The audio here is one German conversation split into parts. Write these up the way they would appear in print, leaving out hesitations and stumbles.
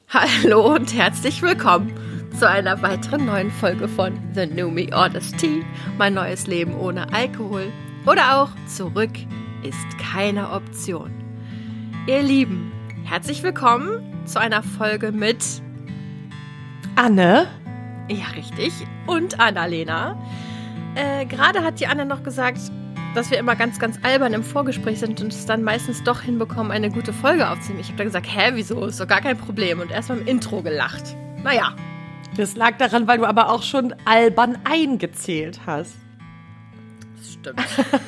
Hallo und herzlich willkommen zu einer weiteren neuen Folge von The New Me Orders Tea, mein neues Leben ohne Alkohol oder auch Zurück ist keine Option. Ihr Lieben, herzlich willkommen zu einer Folge mit Anne. Ja, richtig, und Annalena. Gerade hat die Anne noch gesagt, dass wir immer ganz, ganz albern im Vorgespräch sind und es dann meistens doch hinbekommen, eine gute Folge aufzunehmen. Ich habe dann gesagt, wieso? Ist doch gar kein Problem. Und erst mal im Intro gelacht. Naja. Das lag daran, weil du aber auch schon albern eingezählt hast. Das stimmt.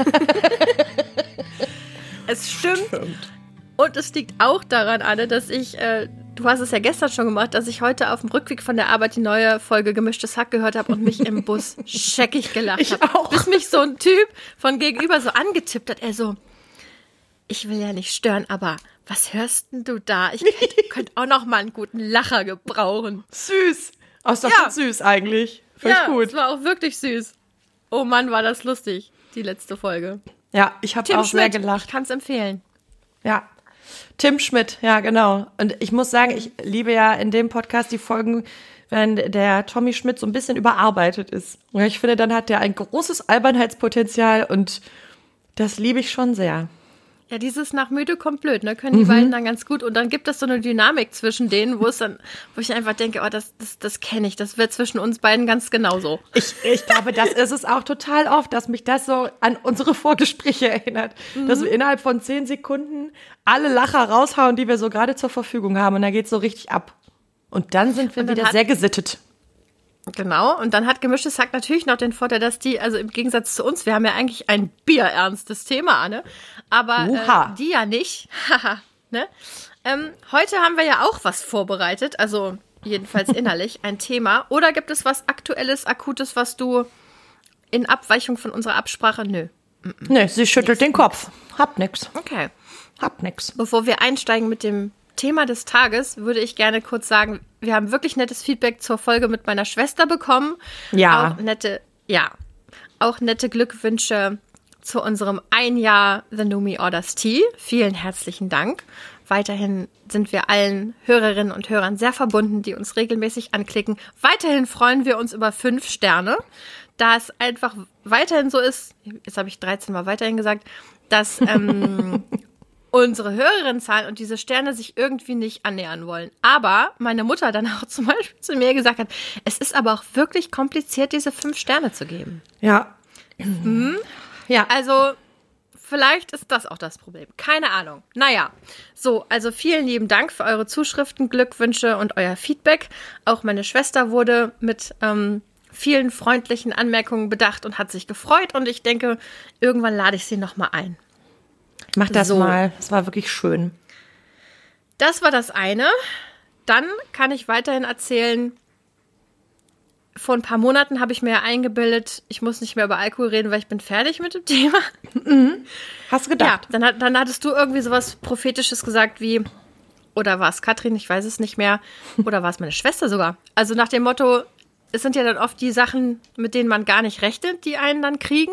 Es stimmt. Und es liegt auch daran, Anne, dass ich, du hast es ja gestern schon gemacht, dass ich heute auf dem Rückweg von der Arbeit die neue Folge Gemischtes Hack gehört habe und mich im Bus scheckig gelacht habe. Bis mich so ein Typ von gegenüber so angetippt hat. Er so, ich will ja nicht stören, aber was hörst denn du da? Ich könnte auch noch mal einen guten Lacher gebrauchen. Süß. Ist doch schon süß eigentlich. Finde ich gut. Es war auch wirklich süß. Oh Mann, war das lustig, die letzte Folge. Ja, ich habe auch sehr gelacht. Ich kann es empfehlen. Ja. Tim Schmidt, ja, genau. Und ich muss sagen, ich liebe ja in dem Podcast die Folgen, wenn der Tommy Schmidt so ein bisschen überarbeitet ist. Und ich finde, dann hat der ein großes Albernheitspotenzial und das liebe ich schon sehr. Ja, dieses nach müde kommt blöd, ne? Können die beiden dann ganz gut. Und dann gibt es so eine Dynamik zwischen denen, wo ich einfach denke, das kenne ich. Das wird zwischen uns beiden ganz genauso. Ich glaube, das ist es auch total oft, dass mich das so an unsere Vorgespräche erinnert. Dass wir innerhalb von 10 Sekunden alle Lacher raushauen, die wir so gerade zur Verfügung haben. Und dann geht's so richtig ab. Und dann sind wir wieder sehr gesittet. Genau, und dann hat Gemischtes Hack natürlich noch den Vorteil, dass die, also im Gegensatz zu uns, wir haben ja eigentlich ein bierernstes Thema, Anne, aber die ja nicht. Ne? Heute haben wir ja auch was vorbereitet, also jedenfalls innerlich, ein Thema. Oder gibt es was Aktuelles, Akutes, was du in Abweichung von unserer Absprache, Nö, sie schüttelt den Kopf. Hab nix. Okay. Hab nix. Bevor wir einsteigen mit dem Thema des Tages, würde ich gerne kurz sagen, wir haben wirklich nettes Feedback zur Folge mit meiner Schwester bekommen. Ja. Auch nette Glückwünsche zu unserem 1 Jahr The New Me Orders Tea. Vielen herzlichen Dank. Weiterhin sind wir allen Hörerinnen und Hörern sehr verbunden, die uns regelmäßig anklicken. Weiterhin freuen wir uns über 5 Sterne, da es einfach weiterhin so ist, jetzt habe ich 13 Mal weiterhin gesagt, dass unsere Hörerinnenzahlen und diese Sterne sich irgendwie nicht annähern wollen. Aber meine Mutter dann auch zum Beispiel zu mir gesagt hat, es ist aber auch wirklich kompliziert, diese 5 Sterne zu geben. Ja. Ja. Also vielleicht ist das auch das Problem. Keine Ahnung. Naja, so, also vielen lieben Dank für eure Zuschriften, Glückwünsche und euer Feedback. Auch meine Schwester wurde mit vielen freundlichen Anmerkungen bedacht und hat sich gefreut. Und ich denke, irgendwann lade ich sie nochmal ein. Mach das mal. Das war wirklich schön. Das war das eine. Dann kann ich weiterhin erzählen, vor ein paar Monaten habe ich mir ja eingebildet, ich muss nicht mehr über Alkohol reden, weil ich bin fertig mit dem Thema. Hast du gedacht? Ja, dann hattest du irgendwie sowas Prophetisches gesagt wie, oder war es Katrin, ich weiß es nicht mehr, oder war es meine Schwester sogar. Also nach dem Motto, es sind ja dann oft die Sachen, mit denen man gar nicht rechnet, die einen dann kriegen.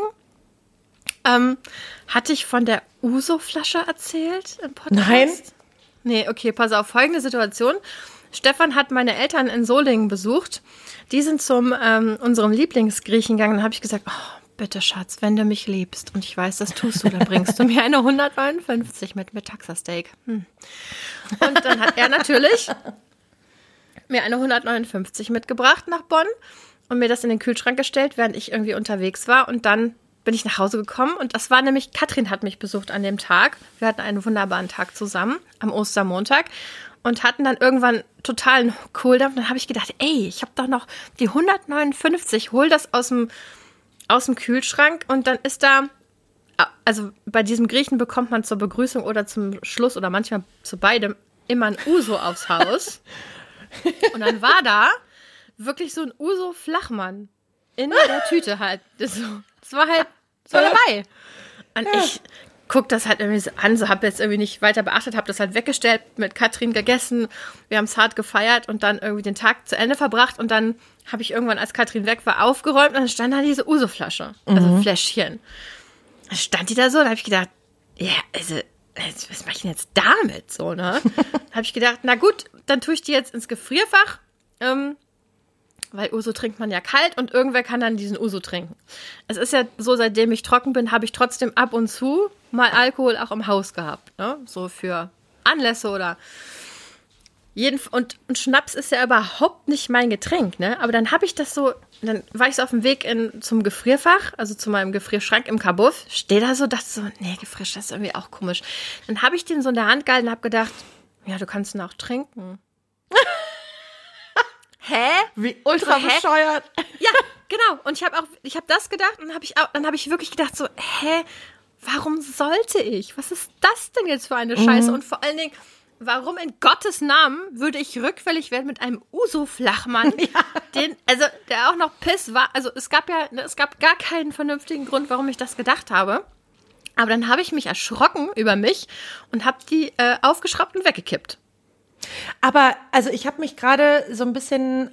Hatte ich von der Uso-Flasche erzählt im Podcast? Nein. Nee, okay, pass auf, folgende Situation. Stefan hat meine Eltern in Solingen besucht. Die sind zum unserem Lieblingsgriechen gegangen. Dann habe ich gesagt, oh, bitte Schatz, wenn du mich liebst und ich weiß, das tust du, dann bringst du mir eine 159 mit Taxa-Steak. Und dann hat er natürlich mir eine 159 mitgebracht nach Bonn und mir das in den Kühlschrank gestellt, während ich irgendwie unterwegs war. Und dann bin ich nach Hause gekommen und das war nämlich, Katrin hat mich besucht an dem Tag. Wir hatten einen wunderbaren Tag zusammen am Ostermontag und hatten dann irgendwann totalen Kohldampf. Dann habe ich gedacht, ich habe doch noch die 159, hol das aus dem Kühlschrank und dann ist da, also bei diesem Griechen bekommt man zur Begrüßung oder zum Schluss oder manchmal zu beidem immer ein Uso aufs Haus. Und dann war da wirklich so ein Uso-Flachmann in der Tüte halt. Das war halt so dabei. Und ich guck das halt irgendwie so an, so habe jetzt irgendwie nicht weiter beachtet, habe das halt weggestellt, mit Katrin gegessen, wir haben es hart gefeiert und dann irgendwie den Tag zu Ende verbracht und dann habe ich irgendwann, als Katrin weg war, aufgeräumt und dann stand da diese Uso-Flasche, also Fläschchen. Dann stand die da so, da habe ich gedacht, ja, also, was mache ich denn jetzt damit, so, ne? Da habe ich gedacht, na gut, dann tue ich die jetzt ins Gefrierfach, weil Uso trinkt man ja kalt und irgendwer kann dann diesen Uso trinken. Es ist ja so, seitdem ich trocken bin, habe ich trotzdem ab und zu mal Alkohol auch im Haus gehabt, ne? So für Anlässe oder und Schnaps ist ja überhaupt nicht mein Getränk, ne? Aber dann habe ich das so, dann war ich so auf dem Weg zum Gefrierfach, also zu meinem Gefrierschrank im Kabuff, stehe da so, dachte so, nee, Gefrisch, das ist irgendwie auch komisch. Dann habe ich den so in der Hand gehalten und habe gedacht, ja, du kannst ihn auch trinken. Hä? Wie ultra bescheuert. Ja, genau. Und ich habe das gedacht und dann habe ich wirklich gedacht so, hä, warum sollte ich? Was ist das denn jetzt für eine Scheiße? Und vor allen Dingen, warum in Gottes Namen würde ich rückfällig werden mit einem Uso-Flachmann, der auch noch Piss war? Also es gab gar keinen vernünftigen Grund, warum ich das gedacht habe. Aber dann habe ich mich erschrocken über mich und habe die aufgeschraubt und weggekippt. Aber, also ich habe mich gerade so ein bisschen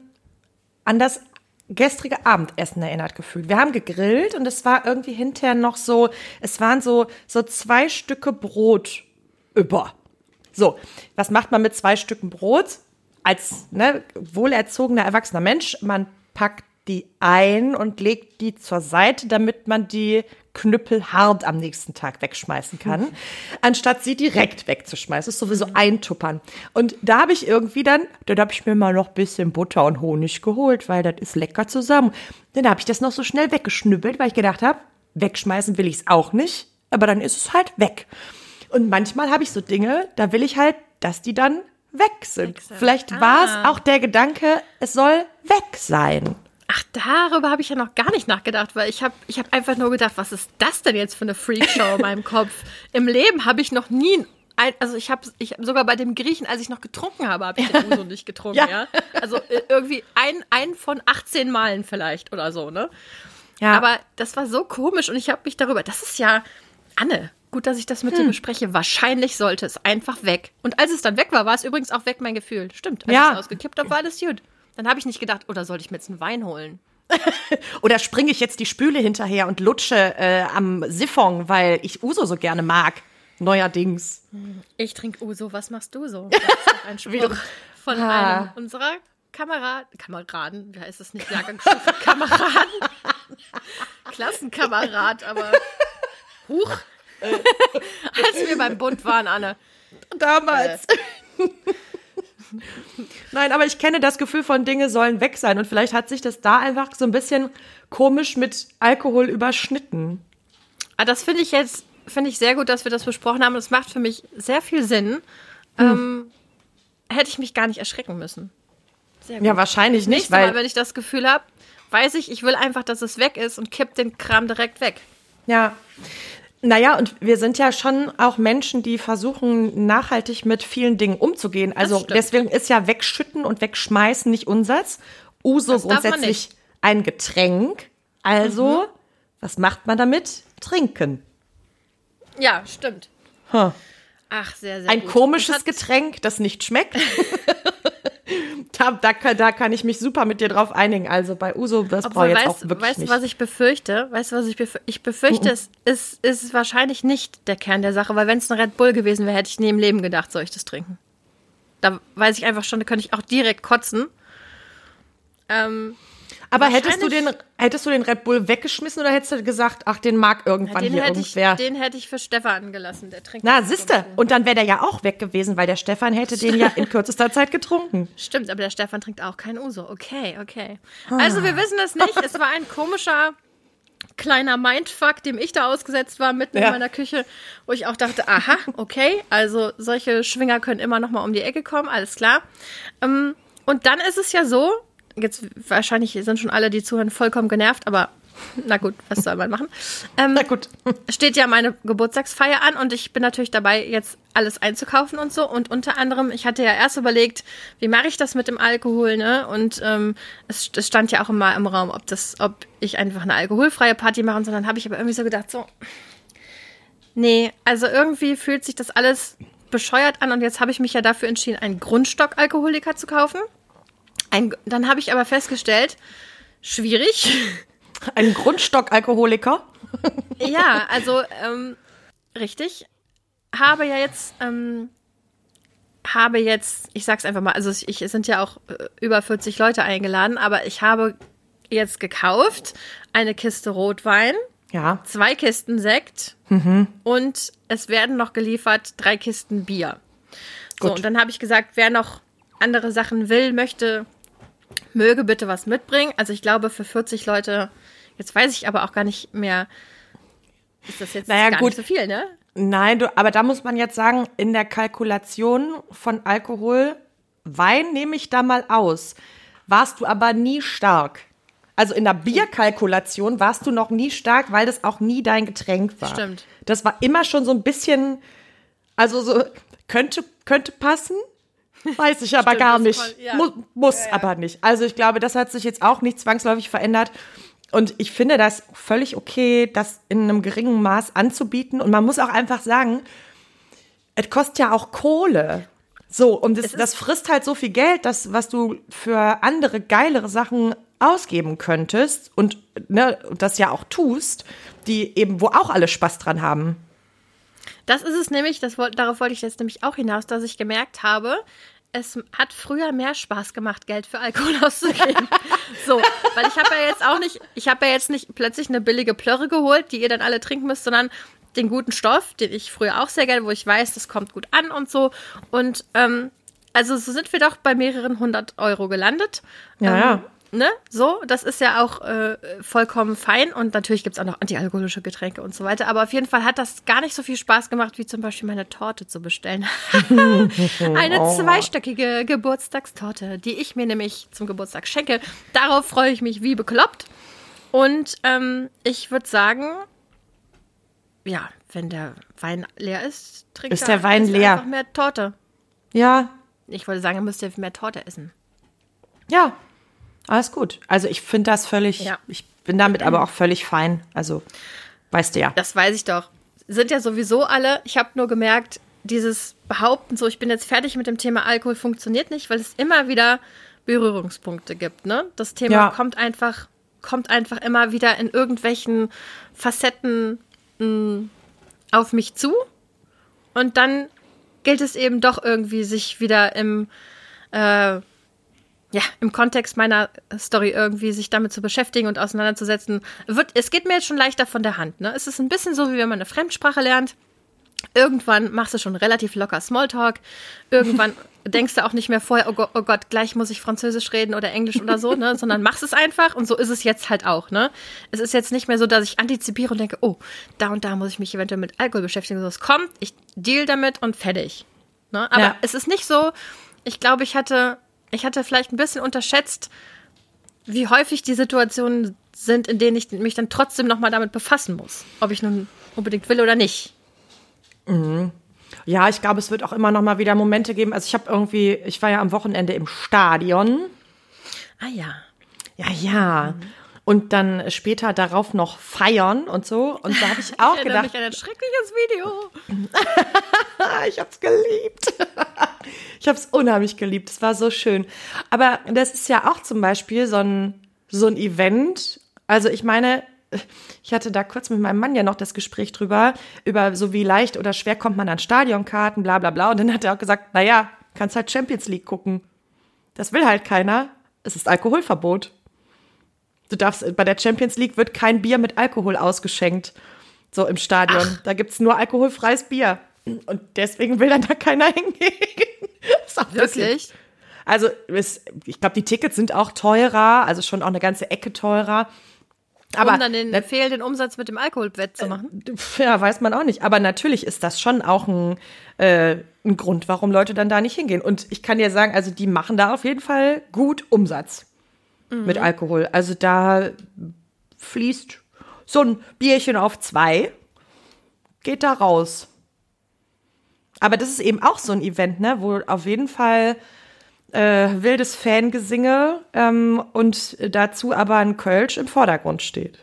an das gestrige Abendessen erinnert gefühlt. Wir haben gegrillt und es war irgendwie hinterher noch so, es waren so 2 Stücke Brot über. So, was macht man mit 2 Stücken Brot? Als wohlerzogener, erwachsener Mensch, man packt die ein und legt die zur Seite, damit man die Knüppel hart am nächsten Tag wegschmeißen kann, anstatt sie direkt wegzuschmeißen. Das ist sowieso eintuppern. Und da habe ich irgendwie dann habe ich mir mal noch ein bisschen Butter und Honig geholt, weil das ist lecker zusammen. Dann habe ich das noch so schnell weggeschnüppelt, weil ich gedacht habe, wegschmeißen will ich es auch nicht, aber dann ist es halt weg. Und manchmal habe ich so Dinge, da will ich halt, dass die dann weg sind. Vielleicht war es auch der Gedanke, es soll weg sein. Ach, darüber habe ich ja noch gar nicht nachgedacht, weil ich hab einfach nur gedacht, was ist das denn jetzt für eine Freakshow in meinem Kopf? Im Leben habe ich noch nie, ich habe sogar bei dem Griechen, als ich noch getrunken habe ich den Uso nicht getrunken, ja. Also irgendwie ein von 18 Malen vielleicht oder so, ne? Ja. Aber das war so komisch und ich habe mich darüber, das ist ja, Anne, gut, dass ich das mit dir bespreche, wahrscheinlich sollte es einfach weg. Und als es dann weg war, war es übrigens auch weg, mein Gefühl. Stimmt, als ich es ausgekippt habe, war alles gut. Dann habe ich nicht gedacht, oder sollte ich mir jetzt einen Wein holen? Oder springe ich jetzt die Spüle hinterher und lutsche am Siphon, weil ich Uso so gerne mag. Neuerdings. Ich trinke Uso, was machst du so? Das ist doch ein Spruch von einem unserer Kameraden, wie heißt das nicht? Jahrgangsstufe Kameraden. Klassenkamerad, aber als wir beim Bund waren, Anne. Damals. Nein, aber ich kenne das Gefühl von Dinge sollen weg sein und vielleicht hat sich das da einfach so ein bisschen komisch mit Alkohol überschnitten. Das finde ich sehr gut, dass wir das besprochen haben. Das macht für mich sehr viel Sinn. Hätte ich mich gar nicht erschrecken müssen. Sehr gut. Ja, wahrscheinlich nicht, weil Mal, wenn ich das Gefühl habe, weiß ich will einfach, dass es weg ist und kipp den Kram direkt weg. Ja. Naja, und wir sind ja schon auch Menschen, die versuchen, nachhaltig mit vielen Dingen umzugehen. Also deswegen ist ja Wegschütten und Wegschmeißen nicht Unsatz. Uso grundsätzlich ein Getränk. Also, was macht man damit? Trinken. Ja, stimmt. Ach, sehr, sehr ein gut. Ein komisches Getränk, das nicht schmeckt. Da kann ich mich super mit dir drauf einigen. Also bei Uso, das brauche ich jetzt auch wirklich nicht. Weißt du, was ich befürchte? Ich befürchte, es ist wahrscheinlich nicht der Kern der Sache, weil wenn es ein Red Bull gewesen wäre, hätte ich nie im Leben gedacht, soll ich das trinken. Da weiß ich einfach schon, da könnte ich auch direkt kotzen. Aber hättest du den Red Bull weggeschmissen oder hättest du gesagt, ach, den mag irgendwann irgendwer? Den hätte ich für Stefan gelassen, der trinkt. Na, siehste, und dann wäre der ja auch weg gewesen, weil der Stefan hätte den ja in kürzester Zeit getrunken. Stimmt, aber der Stefan trinkt auch kein Uso. Okay. Also wir wissen es nicht. Es war ein komischer kleiner Mindfuck, dem ich da ausgesetzt war, mitten in meiner Küche, wo ich auch dachte, aha, okay, also solche Schwinger können immer noch mal um die Ecke kommen, alles klar. Und dann ist es ja so, jetzt wahrscheinlich sind schon alle, die zuhören, vollkommen genervt, aber na gut, was soll man machen? Na gut. Steht ja meine Geburtstagsfeier an und ich bin natürlich dabei, jetzt alles einzukaufen und so. Und unter anderem, ich hatte ja erst überlegt, wie mache ich das mit dem Alkohol, ne? Und es stand ja auch immer im Raum, ob ich einfach eine alkoholfreie Party mache. Und so, dann habe ich aber irgendwie so gedacht, so, nee, also irgendwie fühlt sich das alles bescheuert an. Und jetzt habe ich mich ja dafür entschieden, einen Grundstock-Alkoholiker zu kaufen. Dann habe ich aber festgestellt, schwierig. Ein Grundstock-Alkoholiker? Ja, also richtig. Habe ja jetzt habe jetzt, ich sag's einfach mal, also es sind ja auch über 40 Leute eingeladen, aber ich habe jetzt gekauft eine Kiste Rotwein, 2 Kisten Sekt und es werden noch geliefert 3 Kisten Bier. So, und dann habe ich gesagt, wer noch andere Sachen möge bitte was mitbringen. Also ich glaube für 40 Leute, jetzt weiß ich aber auch gar nicht mehr, ist das jetzt gar nicht so viel, ne? Nein, aber da muss man jetzt sagen, in der Kalkulation von Alkohol, Wein nehme ich da mal aus, warst du aber nie stark. Also in der Bierkalkulation warst du noch nie stark, weil das auch nie dein Getränk war. Stimmt. Das war immer schon so ein bisschen, also so, könnte passen, weiß ich aber gar nicht. Muss aber nicht. Also ich glaube, das hat sich jetzt auch nicht zwangsläufig verändert. Und ich finde das völlig okay, das in einem geringen Maß anzubieten. Und man muss auch einfach sagen, es kostet ja auch Kohle. So, und das frisst halt so viel Geld, was du für andere geilere Sachen ausgeben könntest und das ja auch tust, die eben, wo auch alle Spaß dran haben. Das ist es nämlich, darauf wollte ich jetzt nämlich auch hinaus, dass ich gemerkt habe, es hat früher mehr Spaß gemacht, Geld für Alkohol auszugeben. So, weil ich habe ja jetzt nicht plötzlich eine billige Plörre geholt, die ihr dann alle trinken müsst, sondern den guten Stoff, den ich früher auch sehr gerne, wo ich weiß, das kommt gut an und so. Und also so sind wir doch bei mehreren 100 Euro gelandet. Ja. Ne? So, das ist ja auch vollkommen fein. Und natürlich gibt es auch noch antialkoholische Getränke und so weiter. Aber auf jeden Fall hat das gar nicht so viel Spaß gemacht, wie zum Beispiel meine Torte zu bestellen. Eine 2-stöckige Geburtstagstorte, die ich mir nämlich zum Geburtstag schenke. Darauf freue ich mich wie bekloppt. Und ich würde sagen, ja, wenn der Wein leer ist, ist der Wein leer. Einfach mehr Torte. Ja. Ich wollte sagen, ihr müsst ja mehr Torte essen. Ja. Alles gut. Also ich finde das ich bin damit aber auch völlig fein. Also, weißt du ja. Das weiß ich doch. Sind ja sowieso alle. Ich habe nur gemerkt, dieses Behaupten, so ich bin jetzt fertig mit dem Thema Alkohol, funktioniert nicht, weil es immer wieder Berührungspunkte gibt. Ne? Das Thema kommt einfach immer wieder in irgendwelchen Facetten auf mich zu. Und dann gilt es eben doch irgendwie, sich wieder im Kontext meiner Story irgendwie sich damit zu beschäftigen und auseinanderzusetzen. Es geht mir jetzt schon leichter von der Hand. Ne? Es ist ein bisschen so, wie wenn man eine Fremdsprache lernt. Irgendwann machst du schon relativ locker Smalltalk. Irgendwann denkst du auch nicht mehr vorher, oh Gott, gleich muss ich Französisch reden oder Englisch oder so, ne? Sondern machst es einfach und so ist es jetzt halt auch. Ne? Es ist jetzt nicht mehr so, dass ich antizipiere und denke, oh, da und da muss ich mich eventuell mit Alkohol beschäftigen. So, es kommt, ich deal damit und fertig. Ne? Aber es ist nicht so, ich glaube, ich hatte vielleicht ein bisschen unterschätzt, wie häufig die Situationen sind, in denen ich mich dann trotzdem nochmal damit befassen muss. Ob ich nun unbedingt will oder nicht. Mhm. Ja, ich glaube, es wird auch immer noch mal wieder Momente geben. Also ich war ja am Wochenende im Stadion. Ah ja. Ja. Und dann später darauf noch feiern und so. Und da habe ich auch ich gedacht. Mich an ein schreckliches Video. Ich habe es geliebt. Ich habe es unheimlich geliebt. Es war so schön. Aber das ist ja auch zum Beispiel so ein Event. Also ich meine, ich hatte da kurz mit meinem Mann ja noch das Gespräch über so wie leicht oder schwer kommt man an Stadionkarten, bla bla bla. Und dann hat er auch gesagt, naja, kannst halt Champions League gucken. Das will halt keiner. Es ist Alkoholverbot. Bei der Champions League wird kein Bier mit Alkohol ausgeschenkt. So im Stadion. Da gibt's nur alkoholfreies Bier. Und deswegen will dann da keiner hingehen. Ist auch wirklich? Also, ich glaube, die Tickets sind auch teurer, also schon auch eine ganze Ecke teurer. Aber um dann den fehlenden Umsatz mit dem Alkohol wettzumachen? Ja, weiß man auch nicht. Aber natürlich ist das schon auch ein Grund, warum Leute dann da nicht hingehen. Und ich kann dir sagen, also die machen da auf jeden Fall gut Umsatz mit Alkohol. Also da fließt so ein Bierchen auf 2, geht da raus. Aber das ist eben auch so ein Event, ne, wo auf jeden Fall wildes Fangesinge und dazu aber ein Kölsch im Vordergrund steht.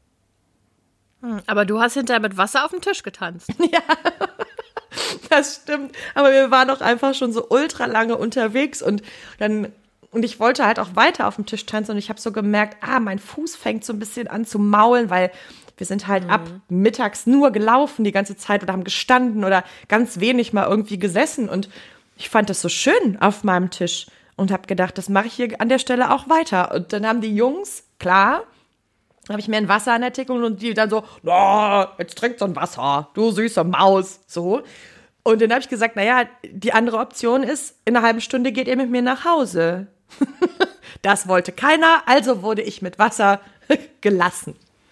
Aber du hast hinterher mit Wasser auf dem Tisch getanzt. Ja, das stimmt. Aber wir waren doch einfach schon so ultra lange unterwegs und ich wollte halt auch weiter auf dem Tisch tanzen und ich habe so gemerkt, mein Fuß fängt so ein bisschen an zu maulen, weil wir sind halt ab mittags nur gelaufen die ganze Zeit oder haben gestanden oder ganz wenig mal irgendwie gesessen und ich fand das so schön auf meinem Tisch und habe gedacht, das mache ich hier an der Stelle auch weiter. Und dann haben die Jungs, klar, habe ich mir ein Wasser anertickt und die dann so, na, jetzt trinkt so ein Wasser, du süße Maus, so. Und dann habe ich gesagt, naja, die andere Option ist, in einer halben Stunde geht ihr mit mir nach Hause. Das wollte keiner, also wurde ich mit Wasser gelassen.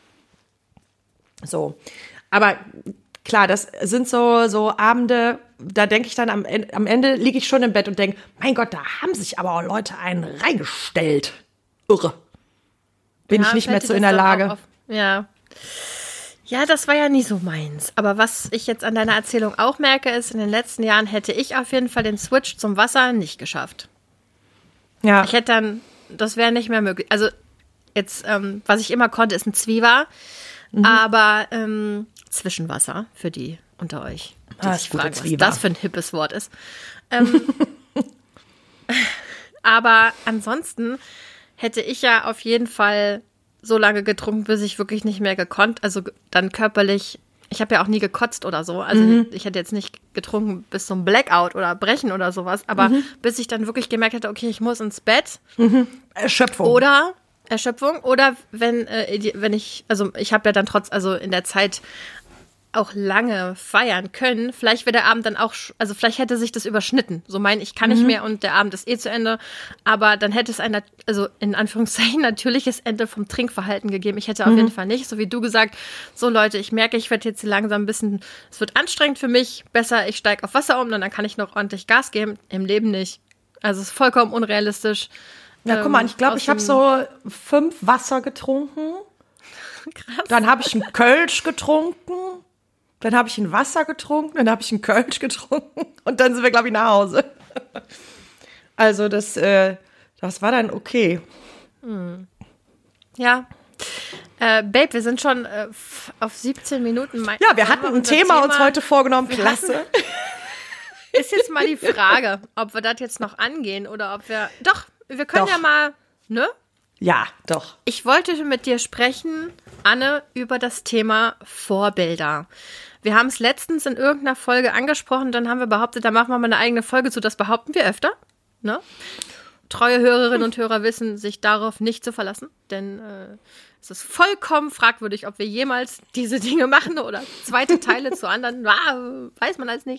So, aber klar, das sind so Abende, da denke ich dann am Ende liege ich schon im Bett und denke, mein Gott, da haben sich aber auch Leute einen reingestellt. Irre. Bin ich nicht mehr so in der Lage. Ja. Ja, das war ja nie so meins. Aber was ich jetzt an deiner Erzählung auch merke, ist, in den letzten Jahren hätte ich auf jeden Fall den Switch zum Wasser nicht geschafft. Ja. Ich hätte dann, das wäre nicht mehr möglich. Also jetzt, was ich immer konnte, ist ein Zwieber. Aber Zwischenwasser für die unter euch, die sich fragen, was das für ein hippes Wort ist. Aber ansonsten hätte ich ja auf jeden Fall so lange getrunken, bis ich wirklich nicht mehr gekonnt. Also dann körperlich, ich habe ja auch nie gekotzt oder so. Also ich hätte jetzt nicht getrunken bis zum Blackout oder Brechen oder sowas. Aber bis ich dann wirklich gemerkt hätte, okay, ich muss ins Bett. Erschöpfung. Oder wenn ich, also ich habe ja dann also in der Zeit auch lange feiern können. Vielleicht wäre der Abend dann auch, also vielleicht hätte sich das überschnitten. So ich kann nicht mehr und der Abend ist zu Ende. Aber dann hätte es ein, also in Anführungszeichen, natürliches Ende vom Trinkverhalten gegeben. Ich hätte auf jeden Fall nicht, so wie du gesagt, so Leute, ich merke, ich werde jetzt langsam ein bisschen, es wird anstrengend für mich. Besser, ich steige auf Wasser um, dann kann ich noch ordentlich Gas geben. Im Leben nicht. Also es ist vollkommen unrealistisch. Ja, guck mal, ich glaube, ich habe so 5 Wasser getrunken. Krass. Dann habe ich einen Kölsch getrunken. Dann habe ich ein Wasser getrunken, dann habe ich einen Kölsch getrunken und dann sind wir, glaube ich, nach Hause. Also das war dann okay. Ja. Babe, wir sind schon auf 17 Minuten. Ja, wir hatten ein Thema uns heute vorgenommen. Klasse. Ist jetzt mal die Frage, ob wir das jetzt noch angehen oder ob wir... Doch, wir können ja mal... Ne? Ja, doch. Ich wollte mit dir sprechen, Anne, über das Thema Vorbilder. Wir haben es letztens in irgendeiner Folge angesprochen, dann haben wir behauptet, da machen wir mal eine eigene Folge zu. Das behaupten wir öfter. Ne? Treue Hörerinnen und Hörer wissen, sich darauf nicht zu verlassen, denn es ist vollkommen fragwürdig, ob wir jemals diese Dinge machen oder zweite Teile zu anderen. Weiß man alles nicht.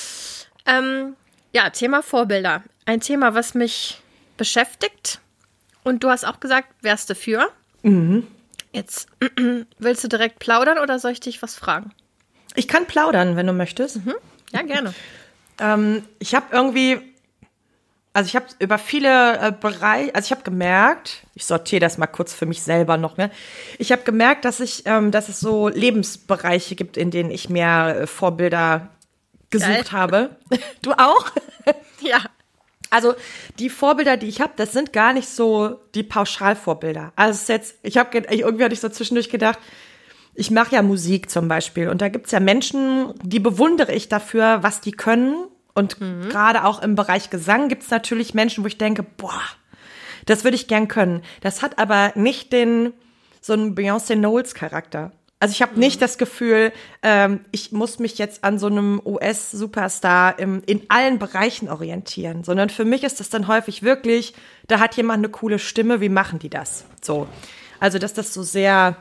Ja, Thema Vorbilder. Ein Thema, was mich beschäftigt. Und du hast auch gesagt, wärst du für? Jetzt willst du direkt plaudern oder soll ich dich was fragen? Ich kann plaudern, wenn du möchtest. Ja, gerne. Ich habe irgendwie, also ich habe über viele Bereiche, also ich habe gemerkt, ich sortiere das mal kurz für mich selber noch, ne? Ich habe gemerkt, dass es so Lebensbereiche gibt, in denen ich mir Vorbilder gesucht habe. Du auch? Ja. Also die Vorbilder, die ich habe, das sind gar nicht so die Pauschalvorbilder. Also es ist jetzt, irgendwie hatte ich so zwischendurch gedacht, ich mache ja Musik zum Beispiel und da gibt's ja Menschen, die bewundere ich dafür, was die können. Und gerade auch im Bereich Gesang gibt's natürlich Menschen, wo ich denke, boah, das würde ich gern können. Das hat aber nicht so einen Beyoncé-Knowles-Charakter. Also ich habe nicht das Gefühl, ich muss mich jetzt an so einem US-Superstar in allen Bereichen orientieren, sondern für mich ist das dann häufig wirklich, da hat jemand eine coole Stimme, wie machen die das? So. Also dass das so sehr,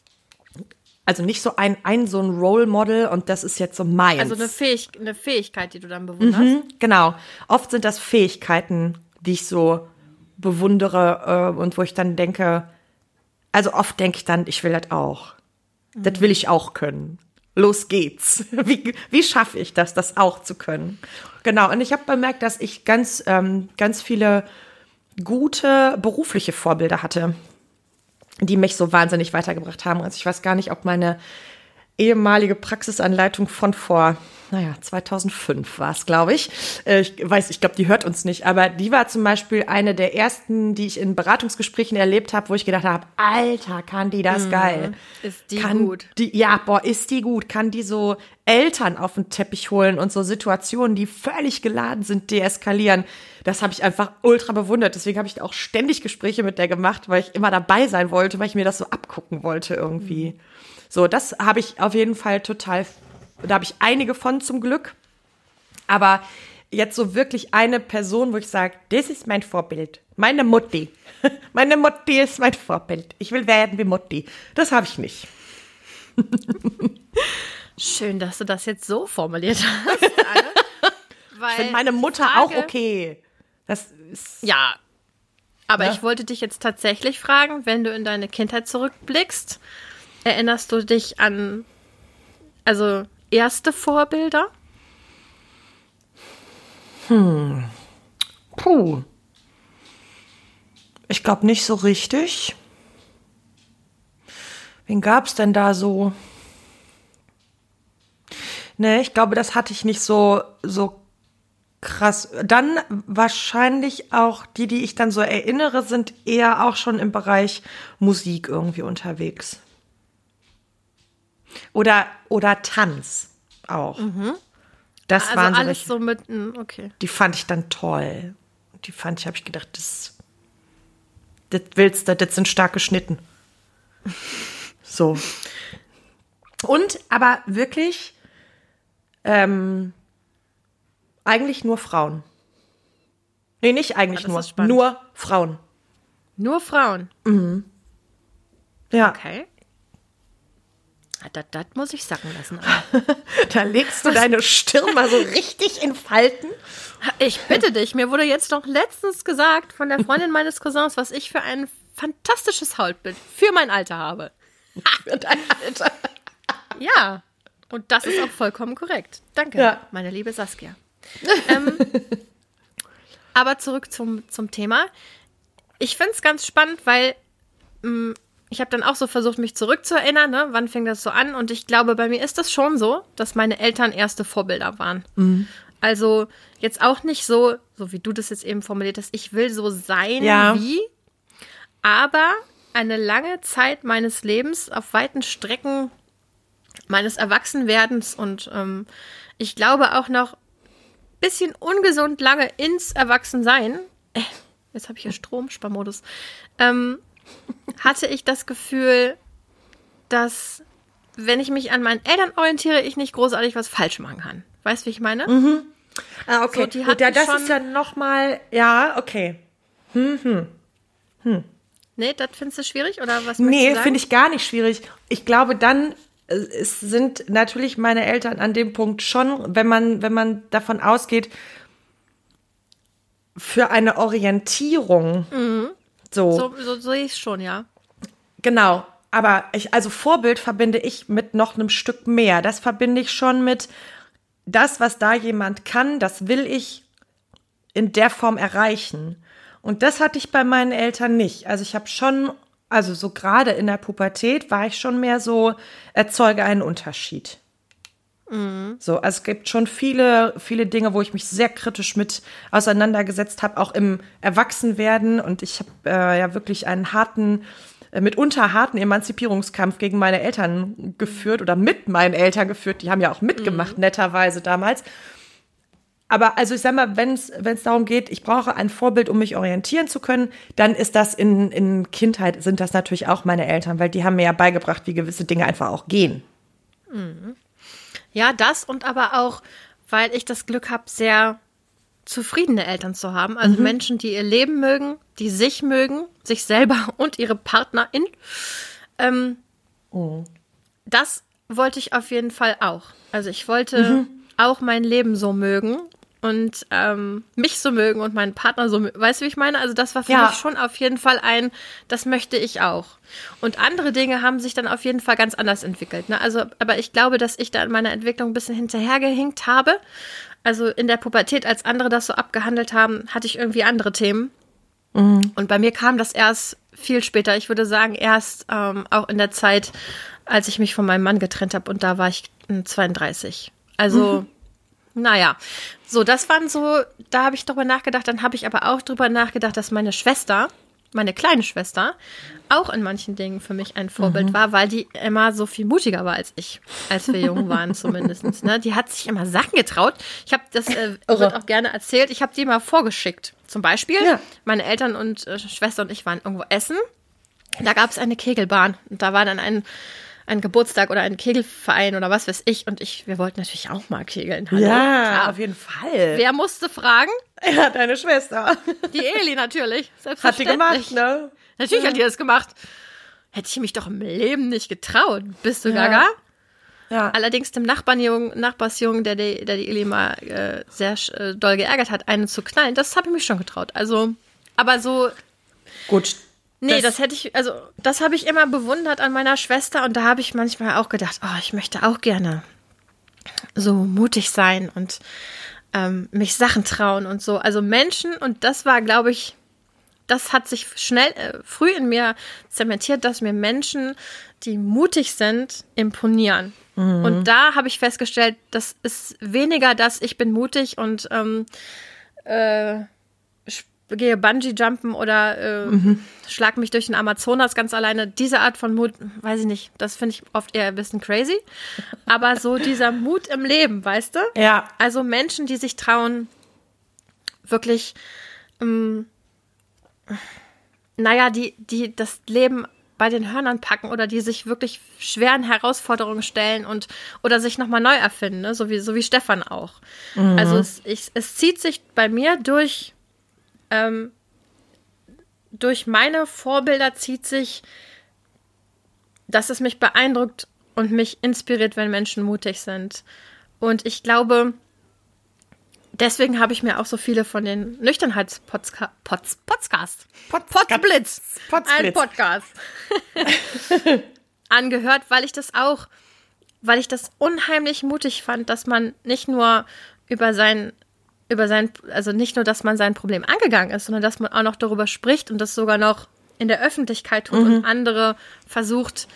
also nicht so so ein Role Model und das ist jetzt so meins. Also eine Fähigkeit, die du dann bewunderst. Genau. Oft sind das Fähigkeiten, die ich so bewundere und wo ich dann denke, also oft denke ich dann, ich will das auch. Das will ich auch können. Los geht's. Wie schaffe ich das auch zu können? Genau, und ich habe bemerkt, dass ich ganz viele gute berufliche Vorbilder hatte, die mich so wahnsinnig weitergebracht haben. Also ich weiß gar nicht, ob meine ehemalige Praxisanleitung von vor 2005 war es, glaube ich. Ich glaube, die hört uns nicht, aber die war zum Beispiel eine der ersten, die ich in Beratungsgesprächen erlebt habe, wo ich gedacht habe, Alter, kann die das geil. Ist die gut. Ist die gut. Kann die so Eltern auf den Teppich holen und so Situationen, die völlig geladen sind, deeskalieren. Das habe ich einfach ultra bewundert. Deswegen habe ich auch ständig Gespräche mit der gemacht, weil ich immer dabei sein wollte, weil ich mir das so abgucken wollte irgendwie. So, das habe ich auf jeden Fall total. Da habe ich einige von zum Glück. Aber jetzt so wirklich eine Person, wo ich sage, das ist mein Vorbild. Meine Mutti. Meine Mutti ist mein Vorbild. Ich will werden wie Mutti. Das habe ich nicht. Schön, dass du das jetzt so formuliert hast, Anne. Ich finde meine Mutter auch okay. Das ist ja, aber Ja. ich wollte dich jetzt tatsächlich fragen, wenn du in deine Kindheit zurückblickst, erinnerst du dich an, also erste Vorbilder? puh. Ich glaube nicht so richtig. Wen gab's denn da so? Nee, ich glaube, das hatte ich nicht so krass. Dann wahrscheinlich auch die ich dann so erinnere, sind eher auch schon im Bereich Musik irgendwie unterwegs. Oder Tanz auch. Das Also waren so alles welche, so mit, okay. die fand ich dann toll. Habe ich gedacht, das willst du, das sind starke Schnitten. So. Und aber wirklich eigentlich nur Frauen. Nee, nicht eigentlich das nur. ist spannend. Nur Frauen. Nur Frauen. Ja. Okay. Das muss ich sacken lassen. Da legst du deine Stirn mal so richtig in Falten. Ich bitte dich, mir wurde jetzt doch letztens gesagt von der Freundin meines Cousins, was ich für ein fantastisches Hautbild für mein Alter habe. Für dein Alter. Ja, und das ist auch vollkommen korrekt. Danke, Ja. meine liebe Saskia. Aber zurück zum Thema. Ich finde es ganz spannend, weil ich habe dann auch so versucht, mich zurückzuerinnern, ne? Wann fing das so an? Und ich glaube, bei mir ist das schon so, dass meine Eltern erste Vorbilder waren. Also jetzt auch nicht so wie du das jetzt eben formuliert hast, ich will so sein wie, aber eine lange Zeit meines Lebens auf weiten Strecken meines Erwachsenwerdens und ich glaube auch noch ein bisschen ungesund lange ins Erwachsensein, jetzt habe ich hier Sparmodus, hatte ich das Gefühl, dass, wenn ich mich an meinen Eltern orientiere, ich nicht großartig was falsch machen kann. Weißt du, wie ich meine? Ah, okay. So, die Gut, ja, hatten das schon- ist ja nochmal, ja, okay. Nee, das findest du schwierig? Oder was möchtest du Nee, sagen? finde ich gar nicht schwierig. Ich glaube, dann es sind natürlich meine Eltern an dem Punkt schon, wenn man davon ausgeht, für eine Orientierung. So, So sehe ich es schon, ja. genau. Aber also Vorbild verbinde ich mit noch einem Stück mehr. Das verbinde ich schon mit das, was da jemand kann, das will ich in der Form erreichen. Und das hatte ich bei meinen Eltern nicht. Also ich habe schon, also so gerade in der Pubertät war ich schon mehr so, erzeuge einen Unterschied. So, also es gibt schon viele, viele Dinge, wo ich mich sehr kritisch mit auseinandergesetzt habe, auch im Erwachsenwerden. Und ich habe ja wirklich einen mitunter harten Emanzipierungskampf gegen meine Eltern geführt oder mit meinen Eltern geführt. Die haben ja auch mitgemacht, netterweise damals. Aber also ich sag mal, wenn es darum geht, ich brauche ein Vorbild, um mich orientieren zu können, dann ist das in Kindheit, sind das natürlich auch meine Eltern, weil die haben mir ja beigebracht, wie gewisse Dinge einfach auch gehen. Ja, das und aber auch, weil ich das Glück habe, sehr zufriedene Eltern zu haben. Also Menschen, die ihr Leben mögen, die sich mögen, sich selber und ihre Partnerin. Das wollte ich auf jeden Fall auch. Also ich wollte auch mein Leben so mögen und mich so mögen und meinen Partner so mögen. Weißt du, wie ich meine? Also das war für Ja. mich schon auf jeden Fall das möchte ich auch. Und andere Dinge haben sich dann auf jeden Fall ganz anders entwickelt. Ne? Also, aber ich glaube, dass ich da in meiner Entwicklung ein bisschen hinterhergehinkt habe. Also in der Pubertät, als andere das so abgehandelt haben, hatte ich irgendwie andere Themen. Und bei mir kam das erst viel später. Ich würde sagen, erst auch in der Zeit, als ich mich von meinem Mann getrennt habe. Und da war ich 32. Also, naja. So, das waren so, da habe ich drüber nachgedacht. Dann habe ich aber auch drüber nachgedacht, dass meine Schwester, meine kleine Schwester, auch in manchen Dingen für mich ein Vorbild war, weil die immer so viel mutiger war als ich, als wir jung waren zumindest. Ne? Die hat sich immer Sachen getraut. Ich habe das wird auch gerne erzählt. Ich habe die mal vorgeschickt. Zum Beispiel, meine Eltern und Schwester und ich waren irgendwo essen. Da gab es eine Kegelbahn. Und da war dann einen Geburtstag oder einen Kegelverein oder was weiß ich. Und wir wollten natürlich auch mal kegeln. Hallo? Ja, Klar. auf jeden Fall. Wer musste fragen? Ja, deine Schwester. Die Eli natürlich. Hat die gemacht, ne? Natürlich hat die das gemacht. Hätte ich mich doch im Leben nicht getraut. Bist du gaga? Ja. Allerdings dem Nachbarsjungen, der die Eli mal sehr doll geärgert hat, einen zu knallen, das habe ich mich schon getraut. Also, aber so... Gut. Nee, das habe ich immer bewundert an meiner Schwester und da habe ich manchmal auch gedacht, oh, ich möchte auch gerne so mutig sein und mich Sachen trauen und so. Also Menschen, und das war, glaube ich, das hat sich früh in mir zementiert, dass mir Menschen, die mutig sind, imponieren. Mhm. Und da habe ich festgestellt, das ist weniger, dass ich bin mutig und gehe Bungee-Jumpen oder schlag mich durch den Amazonas ganz alleine. Diese Art von Mut, weiß ich nicht, das finde ich oft eher ein bisschen crazy. Aber so dieser Mut im Leben, weißt du? Ja. Also Menschen, die sich trauen, wirklich, die das Leben bei den Hörnern packen oder die sich wirklich schweren Herausforderungen stellen oder sich nochmal neu erfinden, ne? So wie Stefan auch. Mhm. Also es zieht sich bei mir durch meine Vorbilder zieht sich, dass es mich beeindruckt und mich inspiriert, wenn Menschen mutig sind. Und ich glaube, deswegen habe ich mir auch so viele von den Nüchternheitspodcasts. Potzblitz. Ein Podcast. angehört, weil ich das unheimlich mutig fand, dass man nicht nur nicht nur, dass man sein Problem angegangen ist, sondern dass man auch noch darüber spricht und das sogar noch in der Öffentlichkeit tut und andere versucht,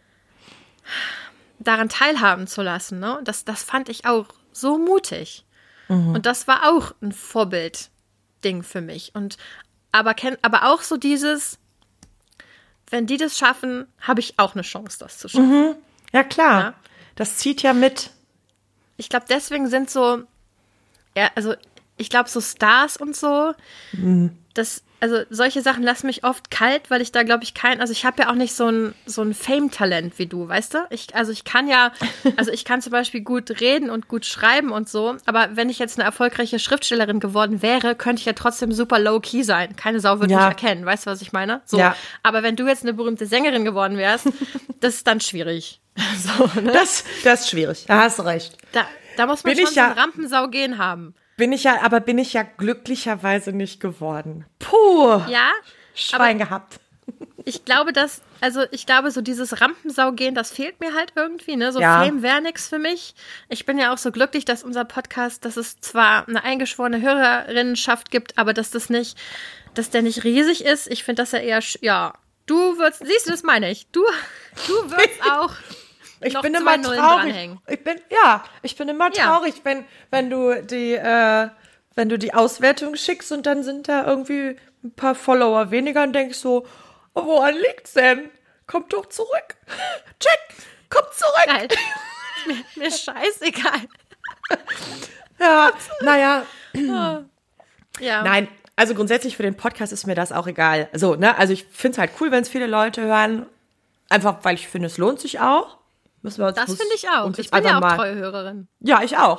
daran teilhaben zu lassen. Ne? Das fand ich auch so mutig. Und das war auch ein Vorbildding für mich. Aber auch so dieses, wenn die das schaffen, habe ich auch eine Chance, das zu schaffen. Ja, klar. Ja? Das zieht ja mit. Ich glaube, deswegen sind so, ja, also ich glaube, so Stars und so, solche Sachen lassen mich oft kalt, weil ich da, glaube ich, ich habe ja auch nicht so ein Fame-Talent wie du, weißt du? Ich kann zum Beispiel gut reden und gut schreiben und so, aber wenn ich jetzt eine erfolgreiche Schriftstellerin geworden wäre, könnte ich ja trotzdem super low-key sein. Keine Sau würde mich erkennen, weißt du, was ich meine? So. Ja. Aber wenn du jetzt eine berühmte Sängerin geworden wärst, das ist dann schwierig. So, ne? Das ist schwierig, da hast du recht. Da muss man schon so ein Rampensau-Gen haben. Bin ich ja glücklicherweise nicht geworden. Puh. Ja. Schwein gehabt. Ich glaube, so dieses Rampensau-Gehen, das fehlt mir halt irgendwie, ne? So Fame wäre nix für mich. Ich bin ja auch so glücklich, dass unser Podcast, dass es zwar eine eingeschworene Hörerinnenschaft gibt, aber dass der nicht riesig ist. Ich finde, dass er eher, siehst du, das meine ich. Du wirst auch ich bin immer traurig. Ich bin immer traurig, wenn du die Auswertung schickst und dann sind da irgendwie ein paar Follower weniger und denkst so, oh, woran liegt's denn? Kommt doch zurück. Check, kommt zurück. Geil. Mir scheißegal. Ja, naja. Ja. Nein, also grundsätzlich für den Podcast ist mir das auch egal. So, ne? Also ich finde es halt cool, wenn es viele Leute hören. Einfach, weil ich finde, es lohnt sich auch. Das finde ich auch. Ich bin ja auch treue Hörerin. Ja, ich auch.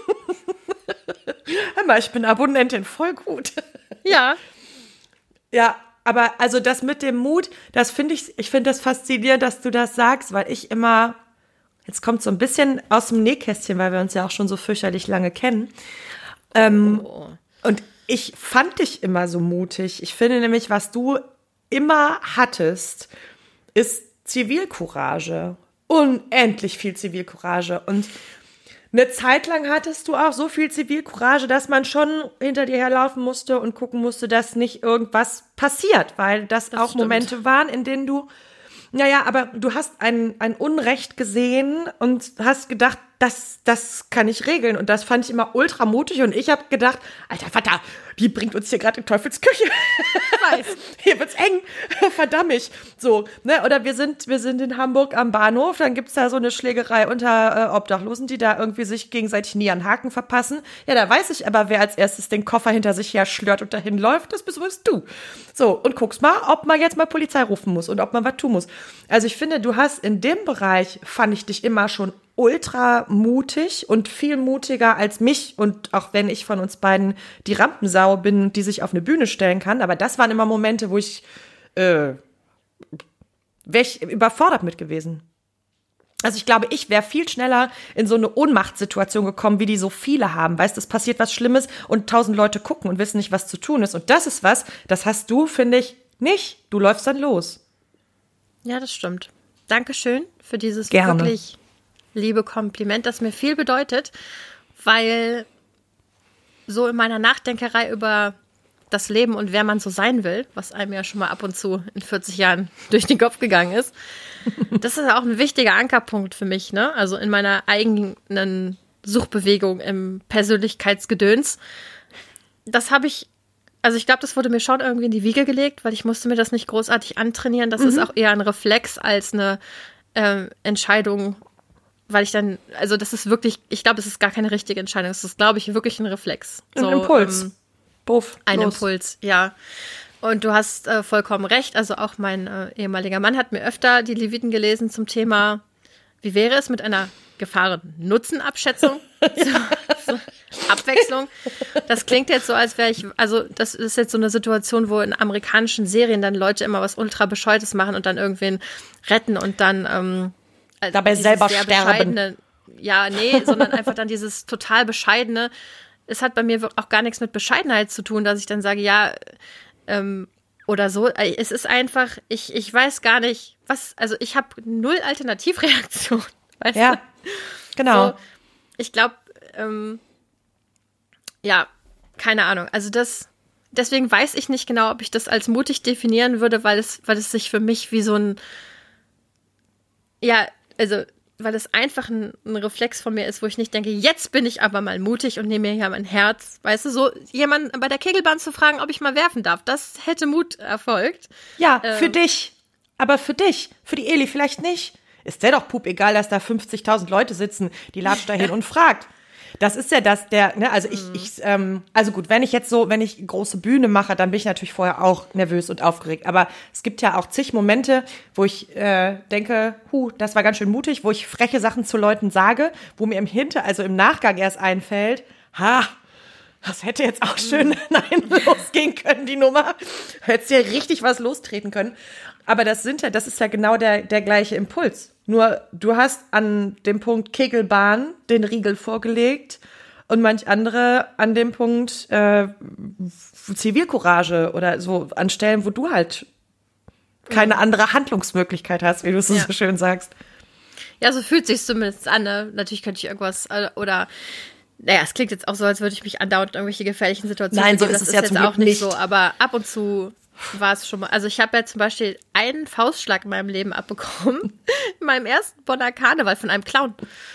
Hör mal, ich bin Abonnentin, voll gut. Ja. Ja, aber also das mit dem Mut, ich finde das faszinierend, dass du das sagst, weil ich immer, jetzt kommt so ein bisschen aus dem Nähkästchen, weil wir uns ja auch schon so fürchterlich lange kennen. Und ich fand dich immer so mutig. Ich finde nämlich, was du immer hattest, ist Zivilcourage. Unendlich viel Zivilcourage. Und eine Zeit lang hattest du auch so viel Zivilcourage, dass man schon hinter dir herlaufen musste und gucken musste, dass nicht irgendwas passiert, weil das auch stimmt. Momente waren, in denen aber du hast ein Unrecht gesehen und hast gedacht, das kann ich regeln. Und das fand ich immer ultra mutig. Und ich habe gedacht, alter Vater, die bringt uns hier gerade in Teufelsküche. Ich weiß. Hier wird's eng. Verdammt. So, ne? Oder wir sind in Hamburg am Bahnhof, dann gibt's da so eine Schlägerei unter Obdachlosen, die da irgendwie sich gegenseitig nie an Haken verpassen. Ja, da weiß ich aber, wer als erstes den Koffer hinter sich her schlört und dahin läuft, das bist du. So, und guckst mal, ob man jetzt mal Polizei rufen muss und ob man was tun muss. Also ich finde, du hast in dem Bereich, fand ich dich immer schon ultra mutig und viel mutiger als mich. Und auch wenn ich von uns beiden die Rampensau bin, die sich auf eine Bühne stellen kann. Aber das waren immer Momente, wo wäre ich überfordert mit gewesen. Also ich glaube, ich wäre viel schneller in so eine Ohnmachtssituation gekommen, wie die so viele haben. Weißt, es passiert was Schlimmes und 1000 Leute gucken und wissen nicht, was zu tun ist. Und das ist was, das hast du, finde ich, nicht. Du läufst dann los. Ja, das stimmt. Dankeschön für dieses Gerne. Wirklich liebe Kompliment, das mir viel bedeutet, weil so in meiner Nachdenkerei über das Leben und wer man so sein will, was einem ja schon mal ab und zu in 40 Jahren durch den Kopf gegangen ist, das ist auch ein wichtiger Ankerpunkt für mich, ne? Also in meiner eigenen Suchbewegung im Persönlichkeitsgedöns. Das habe ich, also ich glaube, das wurde mir schon irgendwie in die Wiege gelegt, weil ich musste mir das nicht großartig antrainieren. Das ist auch eher ein Reflex als eine Entscheidung, weil ich dann, also das ist wirklich, ich glaube, es ist gar keine richtige Entscheidung. Es ist, glaube ich, wirklich ein Reflex. Ein Impuls. Puff, ein los. Impuls, ja. Und du hast vollkommen recht. Also auch mein ehemaliger Mann hat mir öfter die Leviten gelesen zum Thema, wie wäre es mit einer Gefahren-Nutzen-Abschätzung? so Abwechslung. Das klingt jetzt so, als wäre ich, also das ist jetzt so eine Situation, wo in amerikanischen Serien dann Leute immer was ultra Bescheuertes machen und dann irgendwen retten und dann dabei selber sterben. Ja, nee, sondern einfach dann dieses total Bescheidene. Es hat bei mir auch gar nichts mit Bescheidenheit zu tun, dass ich dann sage, ja, oder so. Es ist einfach, ich weiß gar nicht, was, also ich habe null Alternativreaktion. Weißt ja, du? genau. So, ich glaube, ja, keine Ahnung. Also deswegen weiß ich nicht genau, ob ich das als mutig definieren würde, weil es sich für mich wie so ein, ja, also weil es einfach ein Reflex von mir ist, wo ich nicht denke, jetzt bin ich aber mal mutig und nehme mir hier mein Herz. Weißt du, so jemanden bei der Kegelbahn zu fragen, ob ich mal werfen darf, das hätte Mut erfolgt. Ja, für dich. Aber für dich. Für die Eli vielleicht nicht. Ist der doch pup egal, dass da 50.000 Leute sitzen, die latscht da hin und fragt. Das ist ja also gut, wenn ich große Bühne mache, dann bin ich natürlich vorher auch nervös und aufgeregt. Aber es gibt ja auch zig Momente, wo ich denke, das war ganz schön mutig, wo ich freche Sachen zu Leuten sage, wo mir im Nachgang erst einfällt, das hätte jetzt auch schön losgehen können, die Nummer. Hättest ja richtig was lostreten können. Aber das ist ja genau der gleiche Impuls. Nur du hast an dem Punkt Kegelbahn den Riegel vorgelegt und manch andere an dem Punkt Zivilcourage oder so an Stellen, wo du halt keine andere Handlungsmöglichkeit hast, wie du es so schön sagst. Ja, so fühlt sich zumindest an. Ne? Natürlich könnte ich irgendwas oder naja, es klingt jetzt auch so, als würde ich mich andauernd in irgendwelche gefährlichen Situationen Nein, so ist es ja zum Glück auch nicht so, aber ab und zu war es schon mal. Also ich habe ja zum Beispiel einen Faustschlag in meinem Leben abbekommen, in meinem ersten Bonner Karneval von einem Clown.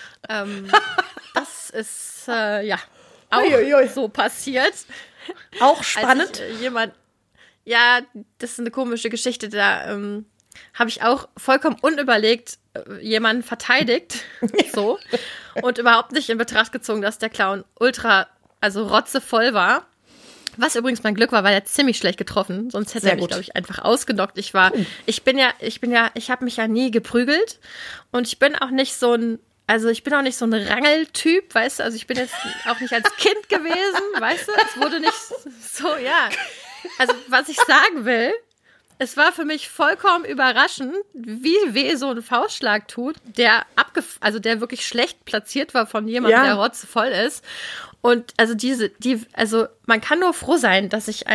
Das ist auch so passiert. Auch spannend. Ja, das ist eine komische Geschichte, da habe ich auch vollkommen unüberlegt jemanden verteidigt, so, und überhaupt nicht in Betracht gezogen, dass der Clown rotzevoll war. Was übrigens mein Glück war, weil er ziemlich schlecht getroffen. Sonst hätte er mich, glaube ich, einfach ausgenockt. Ich habe mich ja nie geprügelt. Und ich bin auch nicht so ein Rangeltyp, weißt du? Also ich bin jetzt auch nicht als Kind gewesen, weißt du? Es wurde nicht so, ja. Also was ich sagen will, es war für mich vollkommen überraschend, wie weh so ein Faustschlag tut, der wirklich schlecht platziert war von jemandem, der rotzevoll ist. Und also man kann nur froh sein, dass ich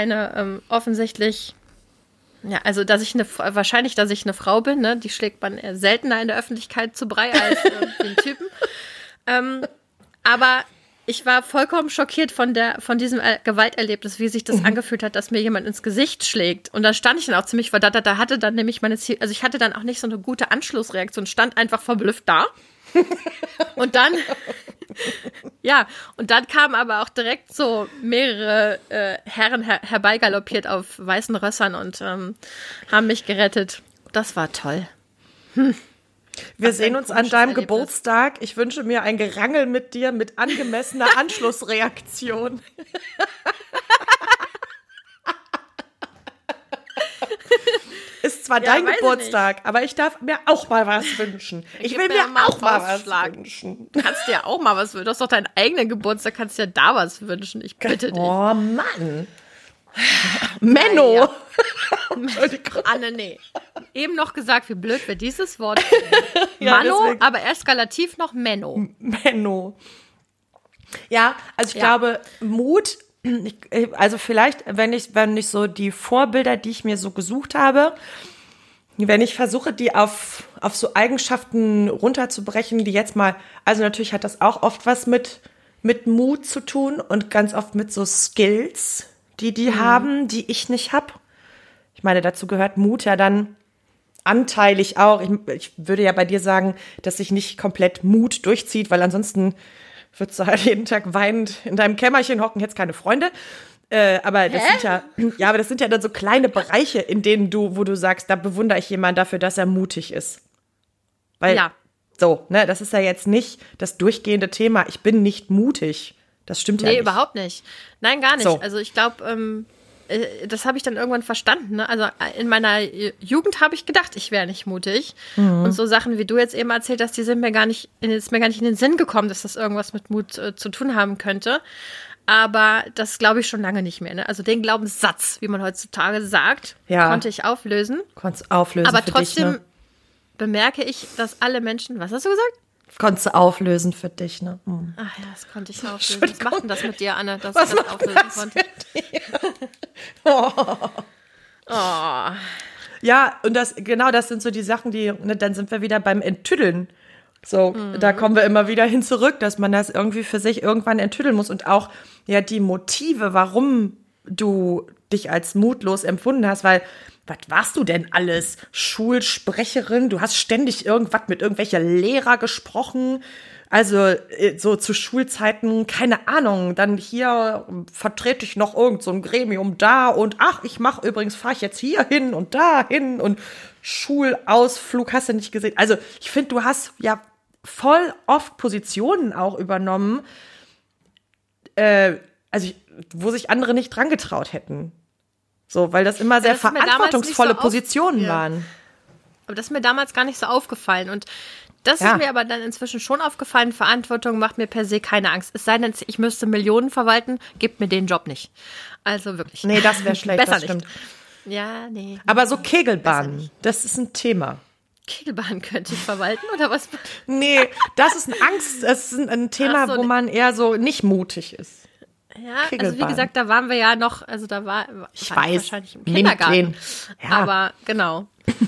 wahrscheinlich, dass ich eine Frau bin, ne? Die schlägt man eher seltener in der Öffentlichkeit zu Brei als den Typen. Aber ich war vollkommen schockiert von diesem Gewalterlebnis, wie sich das angefühlt hat, dass mir jemand ins Gesicht schlägt. Und da stand ich dann auch ziemlich verdattert. Da hatte dann nämlich ich hatte dann auch nicht so eine gute Anschlussreaktion, stand einfach verblüfft da. Und dann, ja, und dann kamen aber auch direkt so mehrere Herren herbeigaloppiert auf weißen Rössern und haben mich gerettet. Das war toll. Wir sehen uns an deinem Geburtstag. Ich wünsche mir ein Gerangel mit dir mit angemessener Anschlussreaktion. Ist zwar dein Geburtstag, aber ich darf mir auch mal was wünschen. Ich will mir auch mal was wünschen. Du kannst dir auch mal was wünschen. Du hast doch deinen eigenen Geburtstag, kannst dir da was wünschen. Ich bitte dich. Oh Mann. Menno. Ja. Anne, nee. Eben noch gesagt, wie blöd wäre dieses Wort. Ja, Mano, deswegen. aber eskalativ noch Menno. Menno. Ja, also ich glaube, Mut, also vielleicht, wenn ich so die Vorbilder, die ich mir so gesucht habe, wenn ich versuche, die auf so Eigenschaften runterzubrechen, die jetzt mal, also natürlich hat das auch oft was mit Mut zu tun und ganz oft mit so Skills, die haben, die ich nicht habe. Ich meine, dazu gehört Mut ja dann anteilig auch. Ich würde ja bei dir sagen, dass sich nicht komplett Mut durchzieht, weil ansonsten würdest du halt jeden Tag weinend in deinem Kämmerchen hocken, hättest keine Freunde. Aber das sind ja dann so kleine Bereiche, in denen wo du sagst, da bewundere ich jemanden dafür, dass er mutig ist. Weil, so, ne, das ist ja jetzt nicht das durchgehende Thema, ich bin nicht mutig. Das stimmt ja nicht. Nee, überhaupt nicht. Nein, gar nicht. So. Also ich glaube, das habe ich dann irgendwann verstanden. Ne? Also in meiner Jugend habe ich gedacht, ich wäre nicht mutig. Und so Sachen, wie du jetzt eben erzählt hast, die sind mir gar nicht in den Sinn gekommen, dass das irgendwas mit Mut zu tun haben könnte. Aber das glaube ich schon lange nicht mehr. Ne? Also den Glaubenssatz, wie man heutzutage sagt, konnte ich auflösen. Konntest du auflösen aber für trotzdem dich, ne? bemerke ich, dass alle Menschen, was hast du gesagt? Konntest du auflösen für dich, ne? Ach ja, das konnte ich auflösen. Was macht denn das mit dir, Anne, dass ich das auflösen konnte? Oh. Ja, und das sind so die Sachen, dann sind wir wieder beim Enttüddeln. So, da kommen wir immer wieder hin zurück, dass man das irgendwie für sich irgendwann enttüddeln muss und auch ja die Motive, warum du dich als mutlos empfunden hast, weil was warst du denn alles? Schulsprecherin? Du hast ständig irgendwas mit irgendwelchen Lehrer gesprochen. Also so zu Schulzeiten, keine Ahnung. Dann hier vertrete ich noch irgend so ein Gremium da und fahre ich jetzt hier hin und da hin und Schulausflug hast du nicht gesehen. Also ich finde, du hast ja voll oft Positionen auch übernommen, wo sich andere nicht dran getraut hätten. So, weil das immer sehr verantwortungsvolle Positionen waren. Aber das ist mir damals gar nicht so aufgefallen. Und das ist mir aber dann inzwischen schon aufgefallen. Verantwortung macht mir per se keine Angst. Es sei denn, ich müsste Millionen verwalten, gibt mir den Job nicht. Also wirklich. Nee, das wäre schlecht, Besser das stimmt. Nicht. Ja, nee. Aber so Kegelbahnen, das ist ein Thema. Kegelbahn könnte ich verwalten, oder was? Nee, das ist ein Thema, wo man eher so nicht mutig ist. Ja, also wie gesagt, da waren wir ja noch, also da war ich wahrscheinlich im Kindergarten. Ja. Aber genau.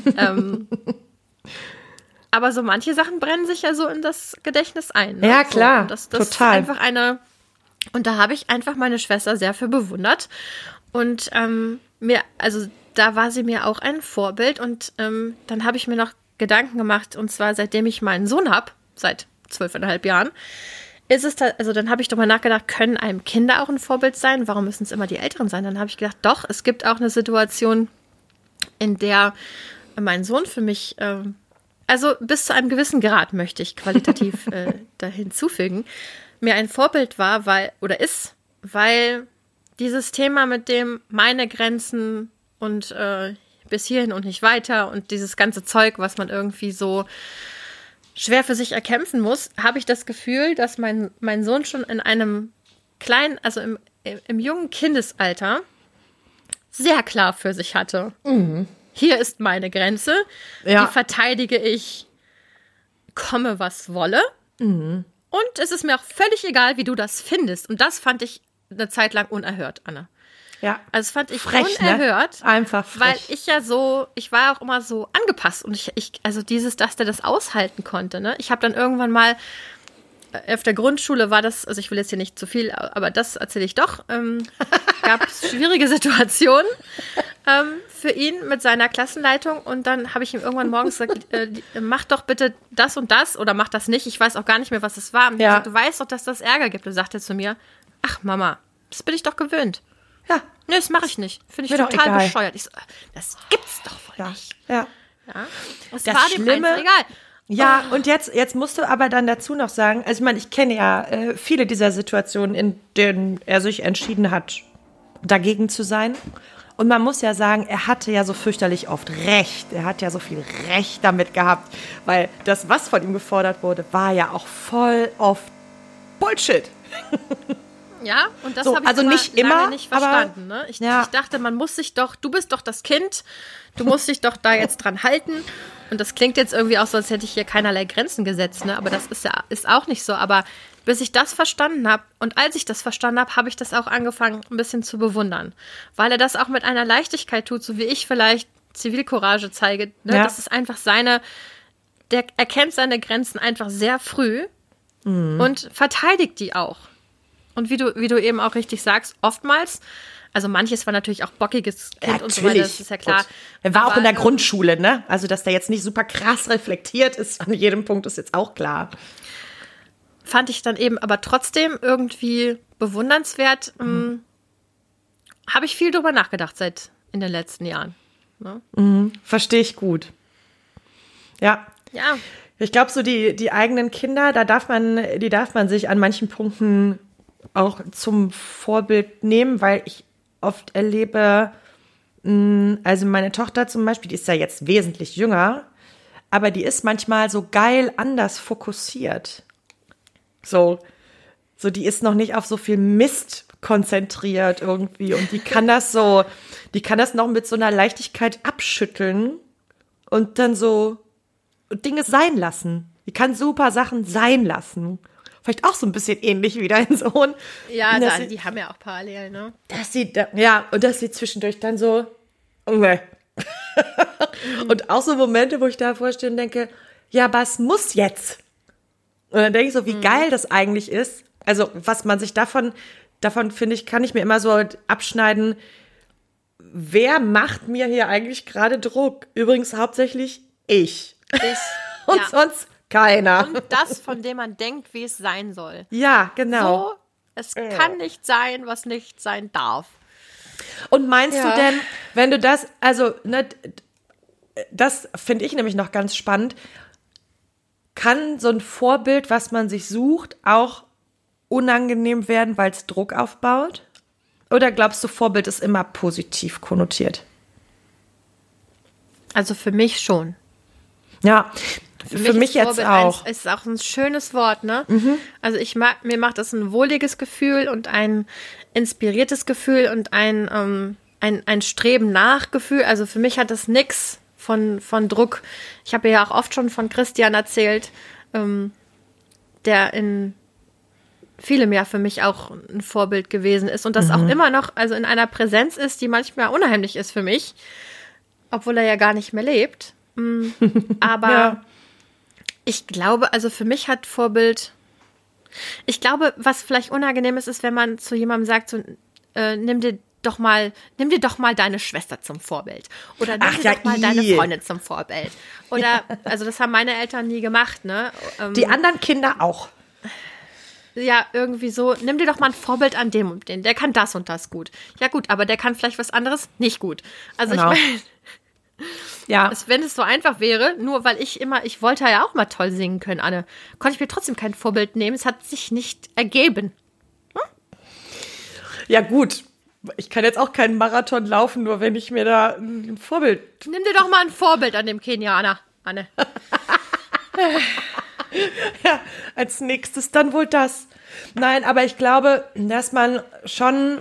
Aber so manche Sachen brennen sich ja so in das Gedächtnis ein. Ne? Ja, klar, so, das total. Ist einfach und da habe ich einfach meine Schwester sehr für bewundert. Und da war sie mir auch ein Vorbild. Und dann habe ich mir noch Gedanken gemacht, und zwar seitdem ich meinen Sohn habe, seit 12,5 Jahren, dann habe ich drüber nachgedacht, können einem Kinder auch ein Vorbild sein? Warum müssen es immer die Älteren sein? Dann habe ich gedacht, doch, es gibt auch eine Situation, in der mein Sohn für mich, also bis zu einem gewissen Grad möchte ich qualitativ da hinzufügen, mir ein Vorbild war, weil dieses Thema mit dem meine Grenzen und bis hierhin und nicht weiter und dieses ganze Zeug, was man irgendwie so schwer für sich erkämpfen muss, habe ich das Gefühl, dass mein Sohn schon in einem kleinen, also im jungen Kindesalter sehr klar für sich hatte. Mhm. Hier ist meine Grenze, die verteidige ich, komme was wolle. Mhm. Und es ist mir auch völlig egal, wie du das findest. Und das fand ich eine Zeit lang unerhört, Anne. Ja. Also das fand ich frech, unerhört. Ne? Einfach frech. Weil ich war auch immer so angepasst und dass der das aushalten konnte, ne? Ich habe dann irgendwann mal auf der Grundschule war das, also ich will jetzt hier nicht zu viel, aber das erzähle ich doch, gab es schwierige Situationen für ihn mit seiner Klassenleitung und dann habe ich ihm irgendwann morgens gesagt, mach doch bitte das und das oder mach das nicht. Ich weiß auch gar nicht mehr, was es war. Und ich gesagt, du weißt doch, dass das Ärger gibt. Und sagte zu mir, ach Mama, das bin ich doch gewöhnt. Ja. Nee, das mache ich nicht. Finde ich Mir doch total egal. bescheuert. Ich so, das gibt's doch wohl nicht. Ja. Ja. Das Das war dem Schlimme- einfach egal. Ja, und jetzt musst du aber dann dazu noch sagen, also ich meine, ich kenne ja viele dieser Situationen, in denen er sich entschieden hat, dagegen zu sein. Und man muss ja sagen, er hatte ja so fürchterlich oft Recht. Er hat ja so viel Recht damit gehabt, weil das, was von ihm gefordert wurde, war ja auch voll oft Bullshit. Ja, und das So, habe ich also aber nicht lange immer, nicht aber- verstanden. Ne? Ich dachte, man muss sich doch, du bist doch das Kind, du musst dich doch da jetzt dran halten. Und das klingt jetzt irgendwie auch so, als hätte ich hier keinerlei Grenzen gesetzt, ne? Aber das ist auch nicht so. Aber bis ich das verstanden habe und als ich das verstanden habe, habe ich das auch angefangen, ein bisschen zu bewundern. Weil er das auch mit einer Leichtigkeit tut, so wie ich vielleicht Zivilcourage zeige. Ne? Ja. Das ist einfach der erkennt seine Grenzen einfach sehr früh und verteidigt die auch. Und wie du eben auch richtig sagst, oftmals, also manches war natürlich auch bockiges Kind und so weiter, das ist ja klar. Gut. Er war auch Aber, in der Grundschule, ne? Also, dass der jetzt nicht super krass reflektiert ist an jedem Punkt, ist jetzt auch klar. fand ich dann eben aber trotzdem irgendwie bewundernswert. Habe ich viel drüber nachgedacht in den letzten Jahren. Ne? Verstehe ich gut. Ja. Ja, Ich glaube, so die eigenen Kinder, die darf man sich an manchen Punkten auch zum Vorbild nehmen, weil ich oft erlebe, also meine Tochter zum Beispiel, die ist ja jetzt wesentlich jünger, aber die ist manchmal so geil anders fokussiert. So, die ist noch nicht auf so viel Mist konzentriert irgendwie und die kann das noch mit so einer Leichtigkeit abschütteln und dann so Dinge sein lassen. Die kann super Sachen sein lassen. Vielleicht auch so ein bisschen ähnlich wie dein Sohn. ja, Und dass die haben ja auch parallel, ne? und dass sie zwischendurch dann so, okay. Und auch so Momente, wo ich da vorstehe und denke, ja, aber es muss jetzt. Und dann denke ich so, wie geil das eigentlich ist. Also, was man sich davon finde ich, kann ich mir immer so abschneiden, wer macht mir hier eigentlich gerade Druck? Übrigens hauptsächlich ich. Und ja. sonst keiner. Und das, von dem man denkt, wie es sein soll. Ja, genau. So, es kann nicht sein, was nicht sein darf. Und meinst Ja. du denn, wenn du das, also, ne, das finde ich nämlich noch ganz spannend, kann so ein Vorbild, was man sich sucht, auch unangenehm werden, weil es Druck aufbaut? Oder glaubst du, Vorbild ist immer positiv konnotiert? Also für mich schon. Ja, für mich ist jetzt Vorbild auch. Ist auch ein schönes Wort, ne? Also mir macht das ein wohliges Gefühl und ein inspiriertes Gefühl und ein Streben nach Gefühl. Also für mich hat das nix von Druck. Ich habe ja auch oft schon von Christian erzählt, der in vielem ja für mich auch ein Vorbild gewesen ist und das auch immer noch, also in einer Präsenz ist, die manchmal unheimlich ist für mich, obwohl er ja gar nicht mehr lebt. Aber Ja. ich glaube, also für mich hat Vorbild, ich glaube, was vielleicht unangenehm ist, wenn man zu jemandem sagt, so, nimm dir doch mal deine Schwester zum Vorbild. Oder nimm dir doch mal deine Freundin zum Vorbild. Oder, also das haben meine Eltern nie gemacht, ne? Die anderen Kinder auch. Ja, irgendwie so, nimm dir doch mal ein Vorbild an dem und den, der kann das und das gut. Ja gut, aber der kann vielleicht was anderes nicht gut. Also Genau. ich meine, Ja. wenn es so einfach wäre, nur weil ich wollte ja auch mal toll singen können, Anne, konnte ich mir trotzdem kein Vorbild nehmen. Es hat sich nicht ergeben. Ja, gut. Ich kann jetzt auch keinen Marathon laufen, nur wenn ich mir da ein Vorbild. Nimm dir doch mal ein Vorbild an dem Kenianer, Anne. Ja, als nächstes dann wohl das. Nein, aber ich glaube, dass man schon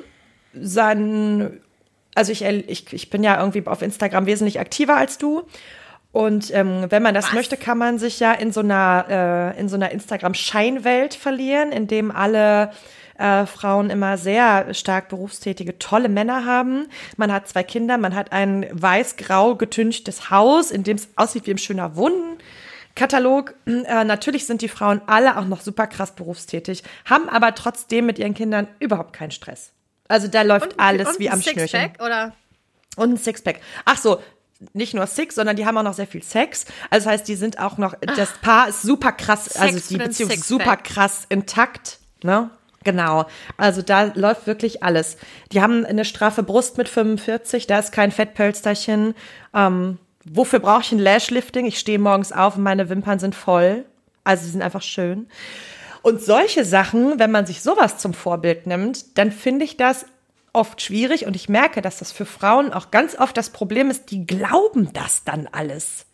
also ich bin ja irgendwie auf Instagram wesentlich aktiver als du. Und wenn man das möchte, kann man sich ja in so einer Instagram-Scheinwelt verlieren, in dem alle Frauen immer sehr stark berufstätige, tolle Männer haben. Man hat 2 Kinder, man hat ein weiß-grau getünchtes Haus, in dem es aussieht wie ein schöner Wohnkatalog. Natürlich sind die Frauen alle auch noch super krass berufstätig, haben aber trotzdem mit ihren Kindern überhaupt keinen Stress. Also da läuft alles wie am Schnürchen. Sixpack, oder? Und ein Sixpack. Ach so, nicht nur Six, sondern die haben auch noch sehr viel Sex. Also das heißt, die sind auch noch, das Paar ist super krass, also die Beziehung ist super krass intakt, ne? Genau. Also da läuft wirklich alles. Die haben eine straffe Brust mit 45, da ist kein Fettpölsterchen. Wofür brauche ich ein Lashlifting? Ich stehe morgens auf und meine Wimpern sind voll. Also sie sind einfach schön. Und solche Sachen, wenn man sich sowas zum Vorbild nimmt, dann finde ich das oft schwierig und ich merke, dass das für Frauen auch ganz oft das Problem ist, die glauben das dann alles.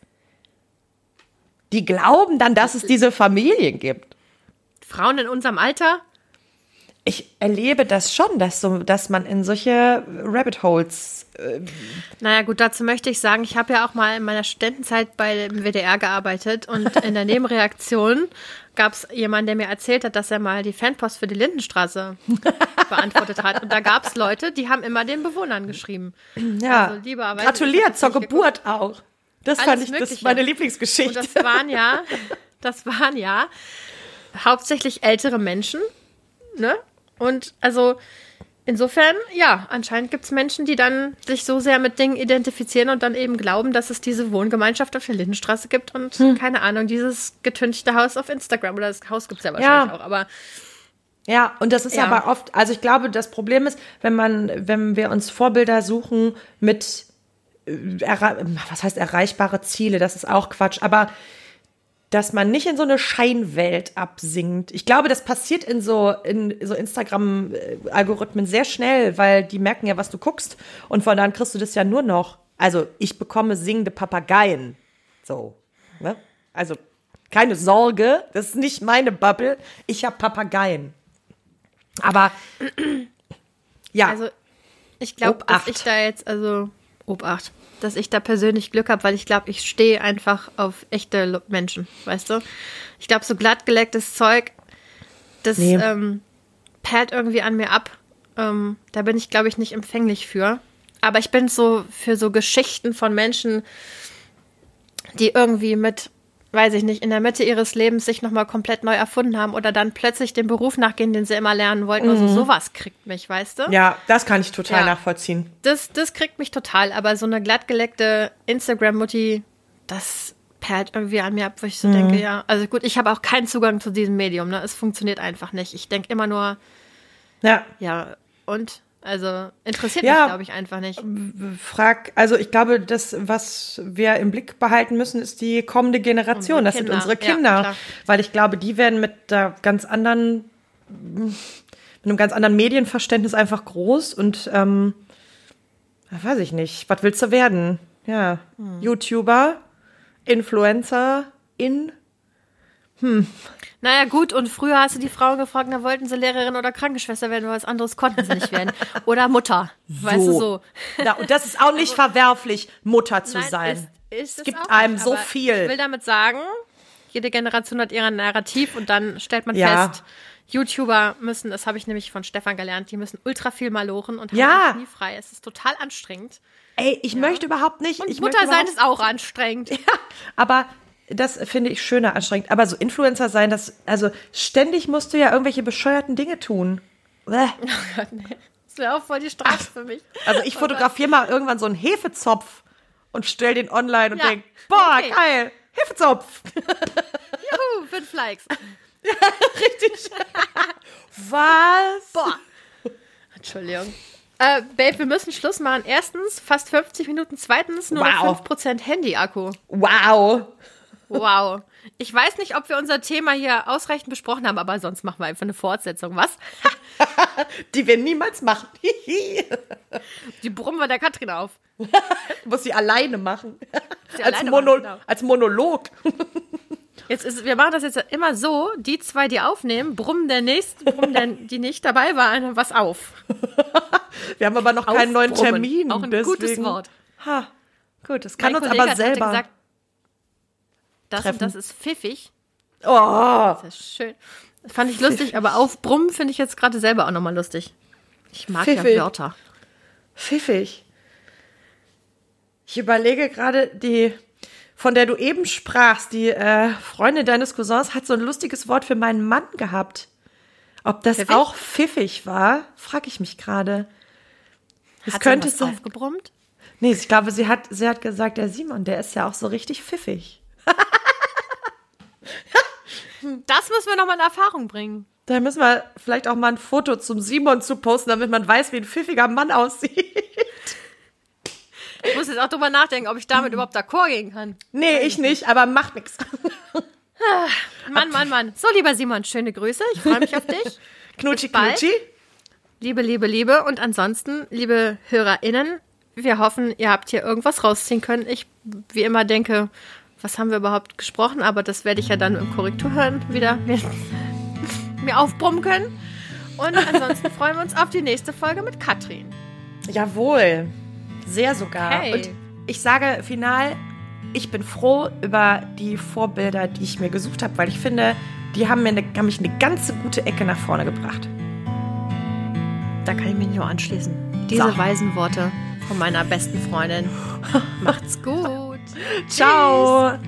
Die glauben dann, dass es diese Familien gibt. Frauen in unserem Alter? Ich erlebe das schon, dass man in solche Rabbit Holes. Naja gut, dazu möchte ich sagen, ich habe ja auch mal in meiner Studentenzeit bei dem WDR gearbeitet und in der Nebenreaktion gab es jemanden, der mir erzählt hat, dass er mal die Fanpost für die Lindenstraße beantwortet hat. Und da gab es Leute, die haben immer den Bewohnern geschrieben. Ja, also, gratuliert zur Geburt auch. Das fand ich, das ist meine Lieblingsgeschichte. Und das waren ja hauptsächlich ältere Menschen, ne? Und also insofern, ja, anscheinend gibt es Menschen, die dann sich so sehr mit Dingen identifizieren und dann eben glauben, dass es diese Wohngemeinschaft auf der Lindenstraße gibt und, keine Ahnung, dieses getünchte Haus auf Instagram. Oder das Haus gibt es ja wahrscheinlich auch, aber... Ja, und das ist aber oft, also ich glaube, das Problem ist, wenn wir uns Vorbilder suchen mit, was heißt erreichbare Ziele, das ist auch Quatsch, aber dass man nicht in so eine Scheinwelt absinkt. Ich glaube, das passiert in so Instagram-Algorithmen sehr schnell, weil die merken ja, was du guckst und von dann kriegst du das ja nur noch. Also ich bekomme singende Papageien. So, ne? Also keine Sorge, das ist nicht meine Bubble. Ich habe Papageien. Aber ja. Also ich glaube, dass ich da jetzt, Obacht, dass ich da persönlich Glück habe, weil ich glaube, ich stehe einfach auf echte Menschen, weißt du? Ich glaube, so glattgelecktes Zeug, das perlt irgendwie an mir ab. Da bin ich, glaube ich, nicht empfänglich für. Aber ich bin so für so Geschichten von Menschen, die irgendwie mit, weiß ich nicht, in der Mitte ihres Lebens sich nochmal komplett neu erfunden haben oder dann plötzlich den Beruf nachgehen, den sie immer lernen wollten. Also sowas kriegt mich, weißt du? Ja, das kann ich total nachvollziehen. Das kriegt mich total, aber so eine glattgeleckte Instagram-Mutti, das perlt irgendwie an mir ab, wo ich so denke, ja, also gut, ich habe auch keinen Zugang zu diesem Medium, ne? Es funktioniert einfach nicht. Ich denke immer nur, und? Also interessiert mich, glaube ich, einfach nicht. Also ich glaube, das, was wir im Blick behalten müssen, ist die kommende Generation. Das sind unsere Kinder. Ja, weil ich glaube, die werden mit einem ganz anderen Medienverständnis einfach groß und weiß ich nicht, was willst du werden? Ja, YouTuber, Influencer, Naja, gut, und früher hast du die Frauen gefragt, da wollten sie Lehrerin oder Krankenschwester werden, weil was anderes konnten sie nicht werden. Oder Mutter, weißt du so. Ja, und das ist auch nicht verwerflich, Mutter zu sein. Es gibt einem so viel. Ich will damit sagen, jede Generation hat ihr Narrativ und dann stellt man fest, YouTuber müssen, das habe ich nämlich von Stefan gelernt, die müssen ultra viel malochen und haben nie frei. Es ist total anstrengend. Ey, ich möchte überhaupt nicht. Und Mutter sein ist auch anstrengend. Ja, aber das finde ich schöner anstrengend. Aber so Influencer sein, also ständig musst du ja irgendwelche bescheuerten Dinge tun. Oh Gott, nee. Das wäre auch voll die Strafe für mich. Also ich fotografiere mal irgendwann so einen Hefezopf und stell den online und denk, boah, geil, Hefezopf. Juhu, 5 Likes. Ja, richtig. Was? Boah. Entschuldigung. Babe, wir müssen Schluss machen. Erstens, fast 50 Minuten. Zweitens, nur noch 5% Handy-Akku. Wow. Ich weiß nicht, ob wir unser Thema hier ausreichend besprochen haben, aber sonst machen wir einfach eine Fortsetzung. Was? Die wir niemals machen. Die brummen wir der Katrin auf. Du musst sie alleine machen. Als Monolog. Wir machen das jetzt immer so, die zwei, die aufnehmen, brummen die nicht dabei waren, was auf. Wir haben aber noch keinen neuen Termin. Auch ein gutes Wort. Gut, das kann uns aber selber gesagt, das treffen. Und das ist pfiffig. Oh. Das ist schön. Das fand ich lustig, aber aufbrummen finde ich jetzt gerade selber auch nochmal lustig. Ich mag ja Wörter. Pfiffig. Ich überlege gerade, von der du eben sprachst, die Freundin deines Cousins hat so ein lustiges Wort für meinen Mann gehabt. Ob das pfiffig? Auch pfiffig war, frage ich mich gerade. Hat könnte was aufgebrummt? Nee, ich glaube, sie hat gesagt, der Simon, der ist ja auch so richtig pfiffig. Das müssen wir noch mal in Erfahrung bringen. Da müssen wir vielleicht auch mal ein Foto zum Simon zu posten, damit man weiß, wie ein pfiffiger Mann aussieht. Ich muss jetzt auch drüber nachdenken, ob ich damit überhaupt d'accord gehen kann. Nee, ich nicht, aber macht nichts. Mann. So, lieber Simon, schöne Grüße. Ich freue mich auf dich. Knutschi, Bis bald. knutschi. Liebe. Und ansonsten, liebe HörerInnen, wir hoffen, ihr habt hier irgendwas rausziehen können. Ich, wie immer, denke, was haben wir überhaupt gesprochen? Aber das werde ich ja dann im Korrektur hören wieder mir aufbrummen können. Und ansonsten freuen wir uns auf die nächste Folge mit Katrin. Jawohl, sehr sogar. Hey. Und ich sage final, ich bin froh über die Vorbilder, die ich mir gesucht habe, weil ich finde, die haben mich eine ganze gute Ecke nach vorne gebracht. Da kann ich mich nur anschließen. Diese weisen Worte von meiner besten Freundin. Macht's gut. Ciao.